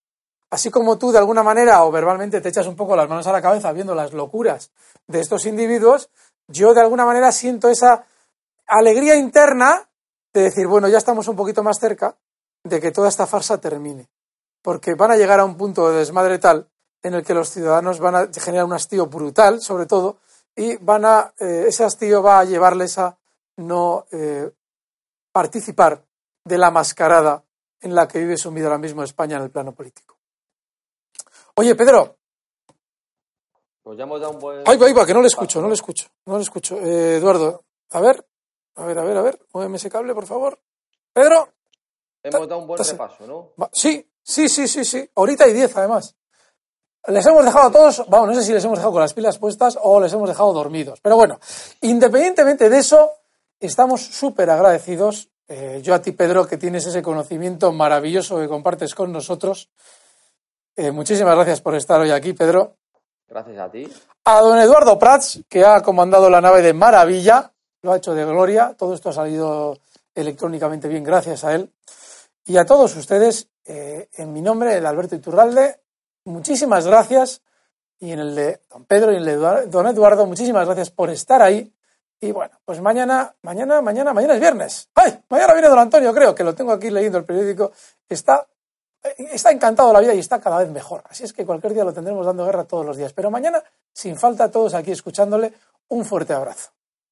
así como tú de alguna manera o verbalmente te echas un poco las manos a la cabeza viendo las locuras de estos individuos, yo de alguna manera siento esa alegría interna de decir, bueno, ya estamos un poquito más cerca de que toda esta farsa termine, porque van a llegar a un punto de desmadre tal en el que los ciudadanos van a generar un hastío brutal, sobre todo, y ese hastío va a llevarles a no participar de la mascarada en la que vive sumida ahora mismo España en el plano político. Oye, Pedro. Pues ya hemos dado un buen... Ay, va, que no le escucho. Eduardo, a ver, muéveme ese cable, por favor. Pedro. Hemos dado un buen repaso, ¿no? Sí. Ahorita hay 10, además. Les hemos dejado a todos, no sé si les hemos dejado con las pilas puestas o les hemos dejado dormidos. Pero bueno, independientemente de eso, estamos súper agradecidos. Yo a ti, Pedro, que tienes ese conocimiento maravilloso que compartes con nosotros. Muchísimas gracias por estar hoy aquí, Pedro. Gracias a ti. A don Eduardo Prats, que ha comandado la nave de maravilla, lo ha hecho de gloria. Todo esto ha salido electrónicamente bien gracias a él. Y a todos ustedes, en mi nombre, el Alberto Iturralde, muchísimas gracias. Y en el de don Pedro y en el de don Eduardo, muchísimas gracias por estar ahí. Y bueno, pues mañana es viernes. ¡Ay! Mañana viene don Antonio, creo, que lo tengo aquí leyendo el periódico. Está encantado de la vida y está cada vez mejor. Así es que cualquier día lo tendremos dando guerra todos los días. Pero mañana, sin falta, todos aquí escuchándole, un fuerte abrazo.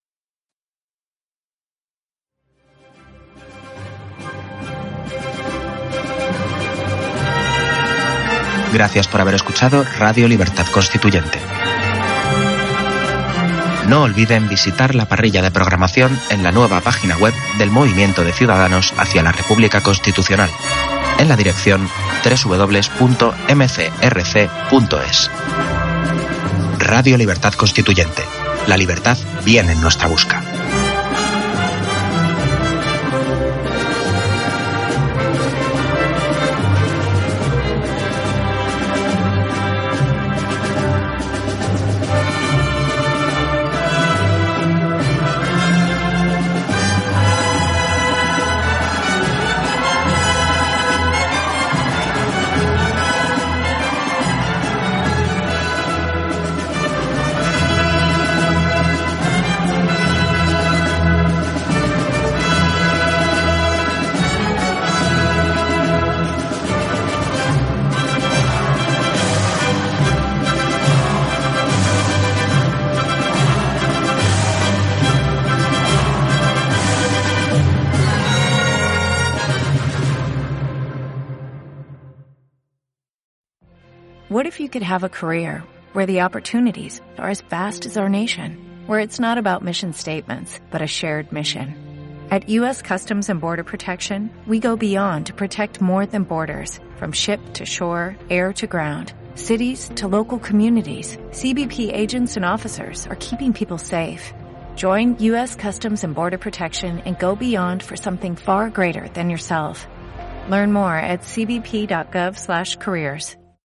Gracias por haber escuchado Radio Libertad Constituyente. No olviden visitar la parrilla de programación en la nueva página web del Movimiento de Ciudadanos hacia la República Constitucional, en la dirección www.mcrc.es. Radio Libertad Constituyente. La libertad viene en nuestra busca. What if you could have a career where the opportunities are as vast as our nation, where it's not about mission statements, but a shared mission? At U.S. Customs and Border Protection, we go beyond to protect more than borders, from ship to shore, air to ground, cities to local communities. CBP agents and officers are keeping people safe. Join U.S. Customs and Border Protection and go beyond for something far greater than yourself. Learn more at cbp.gov/careers.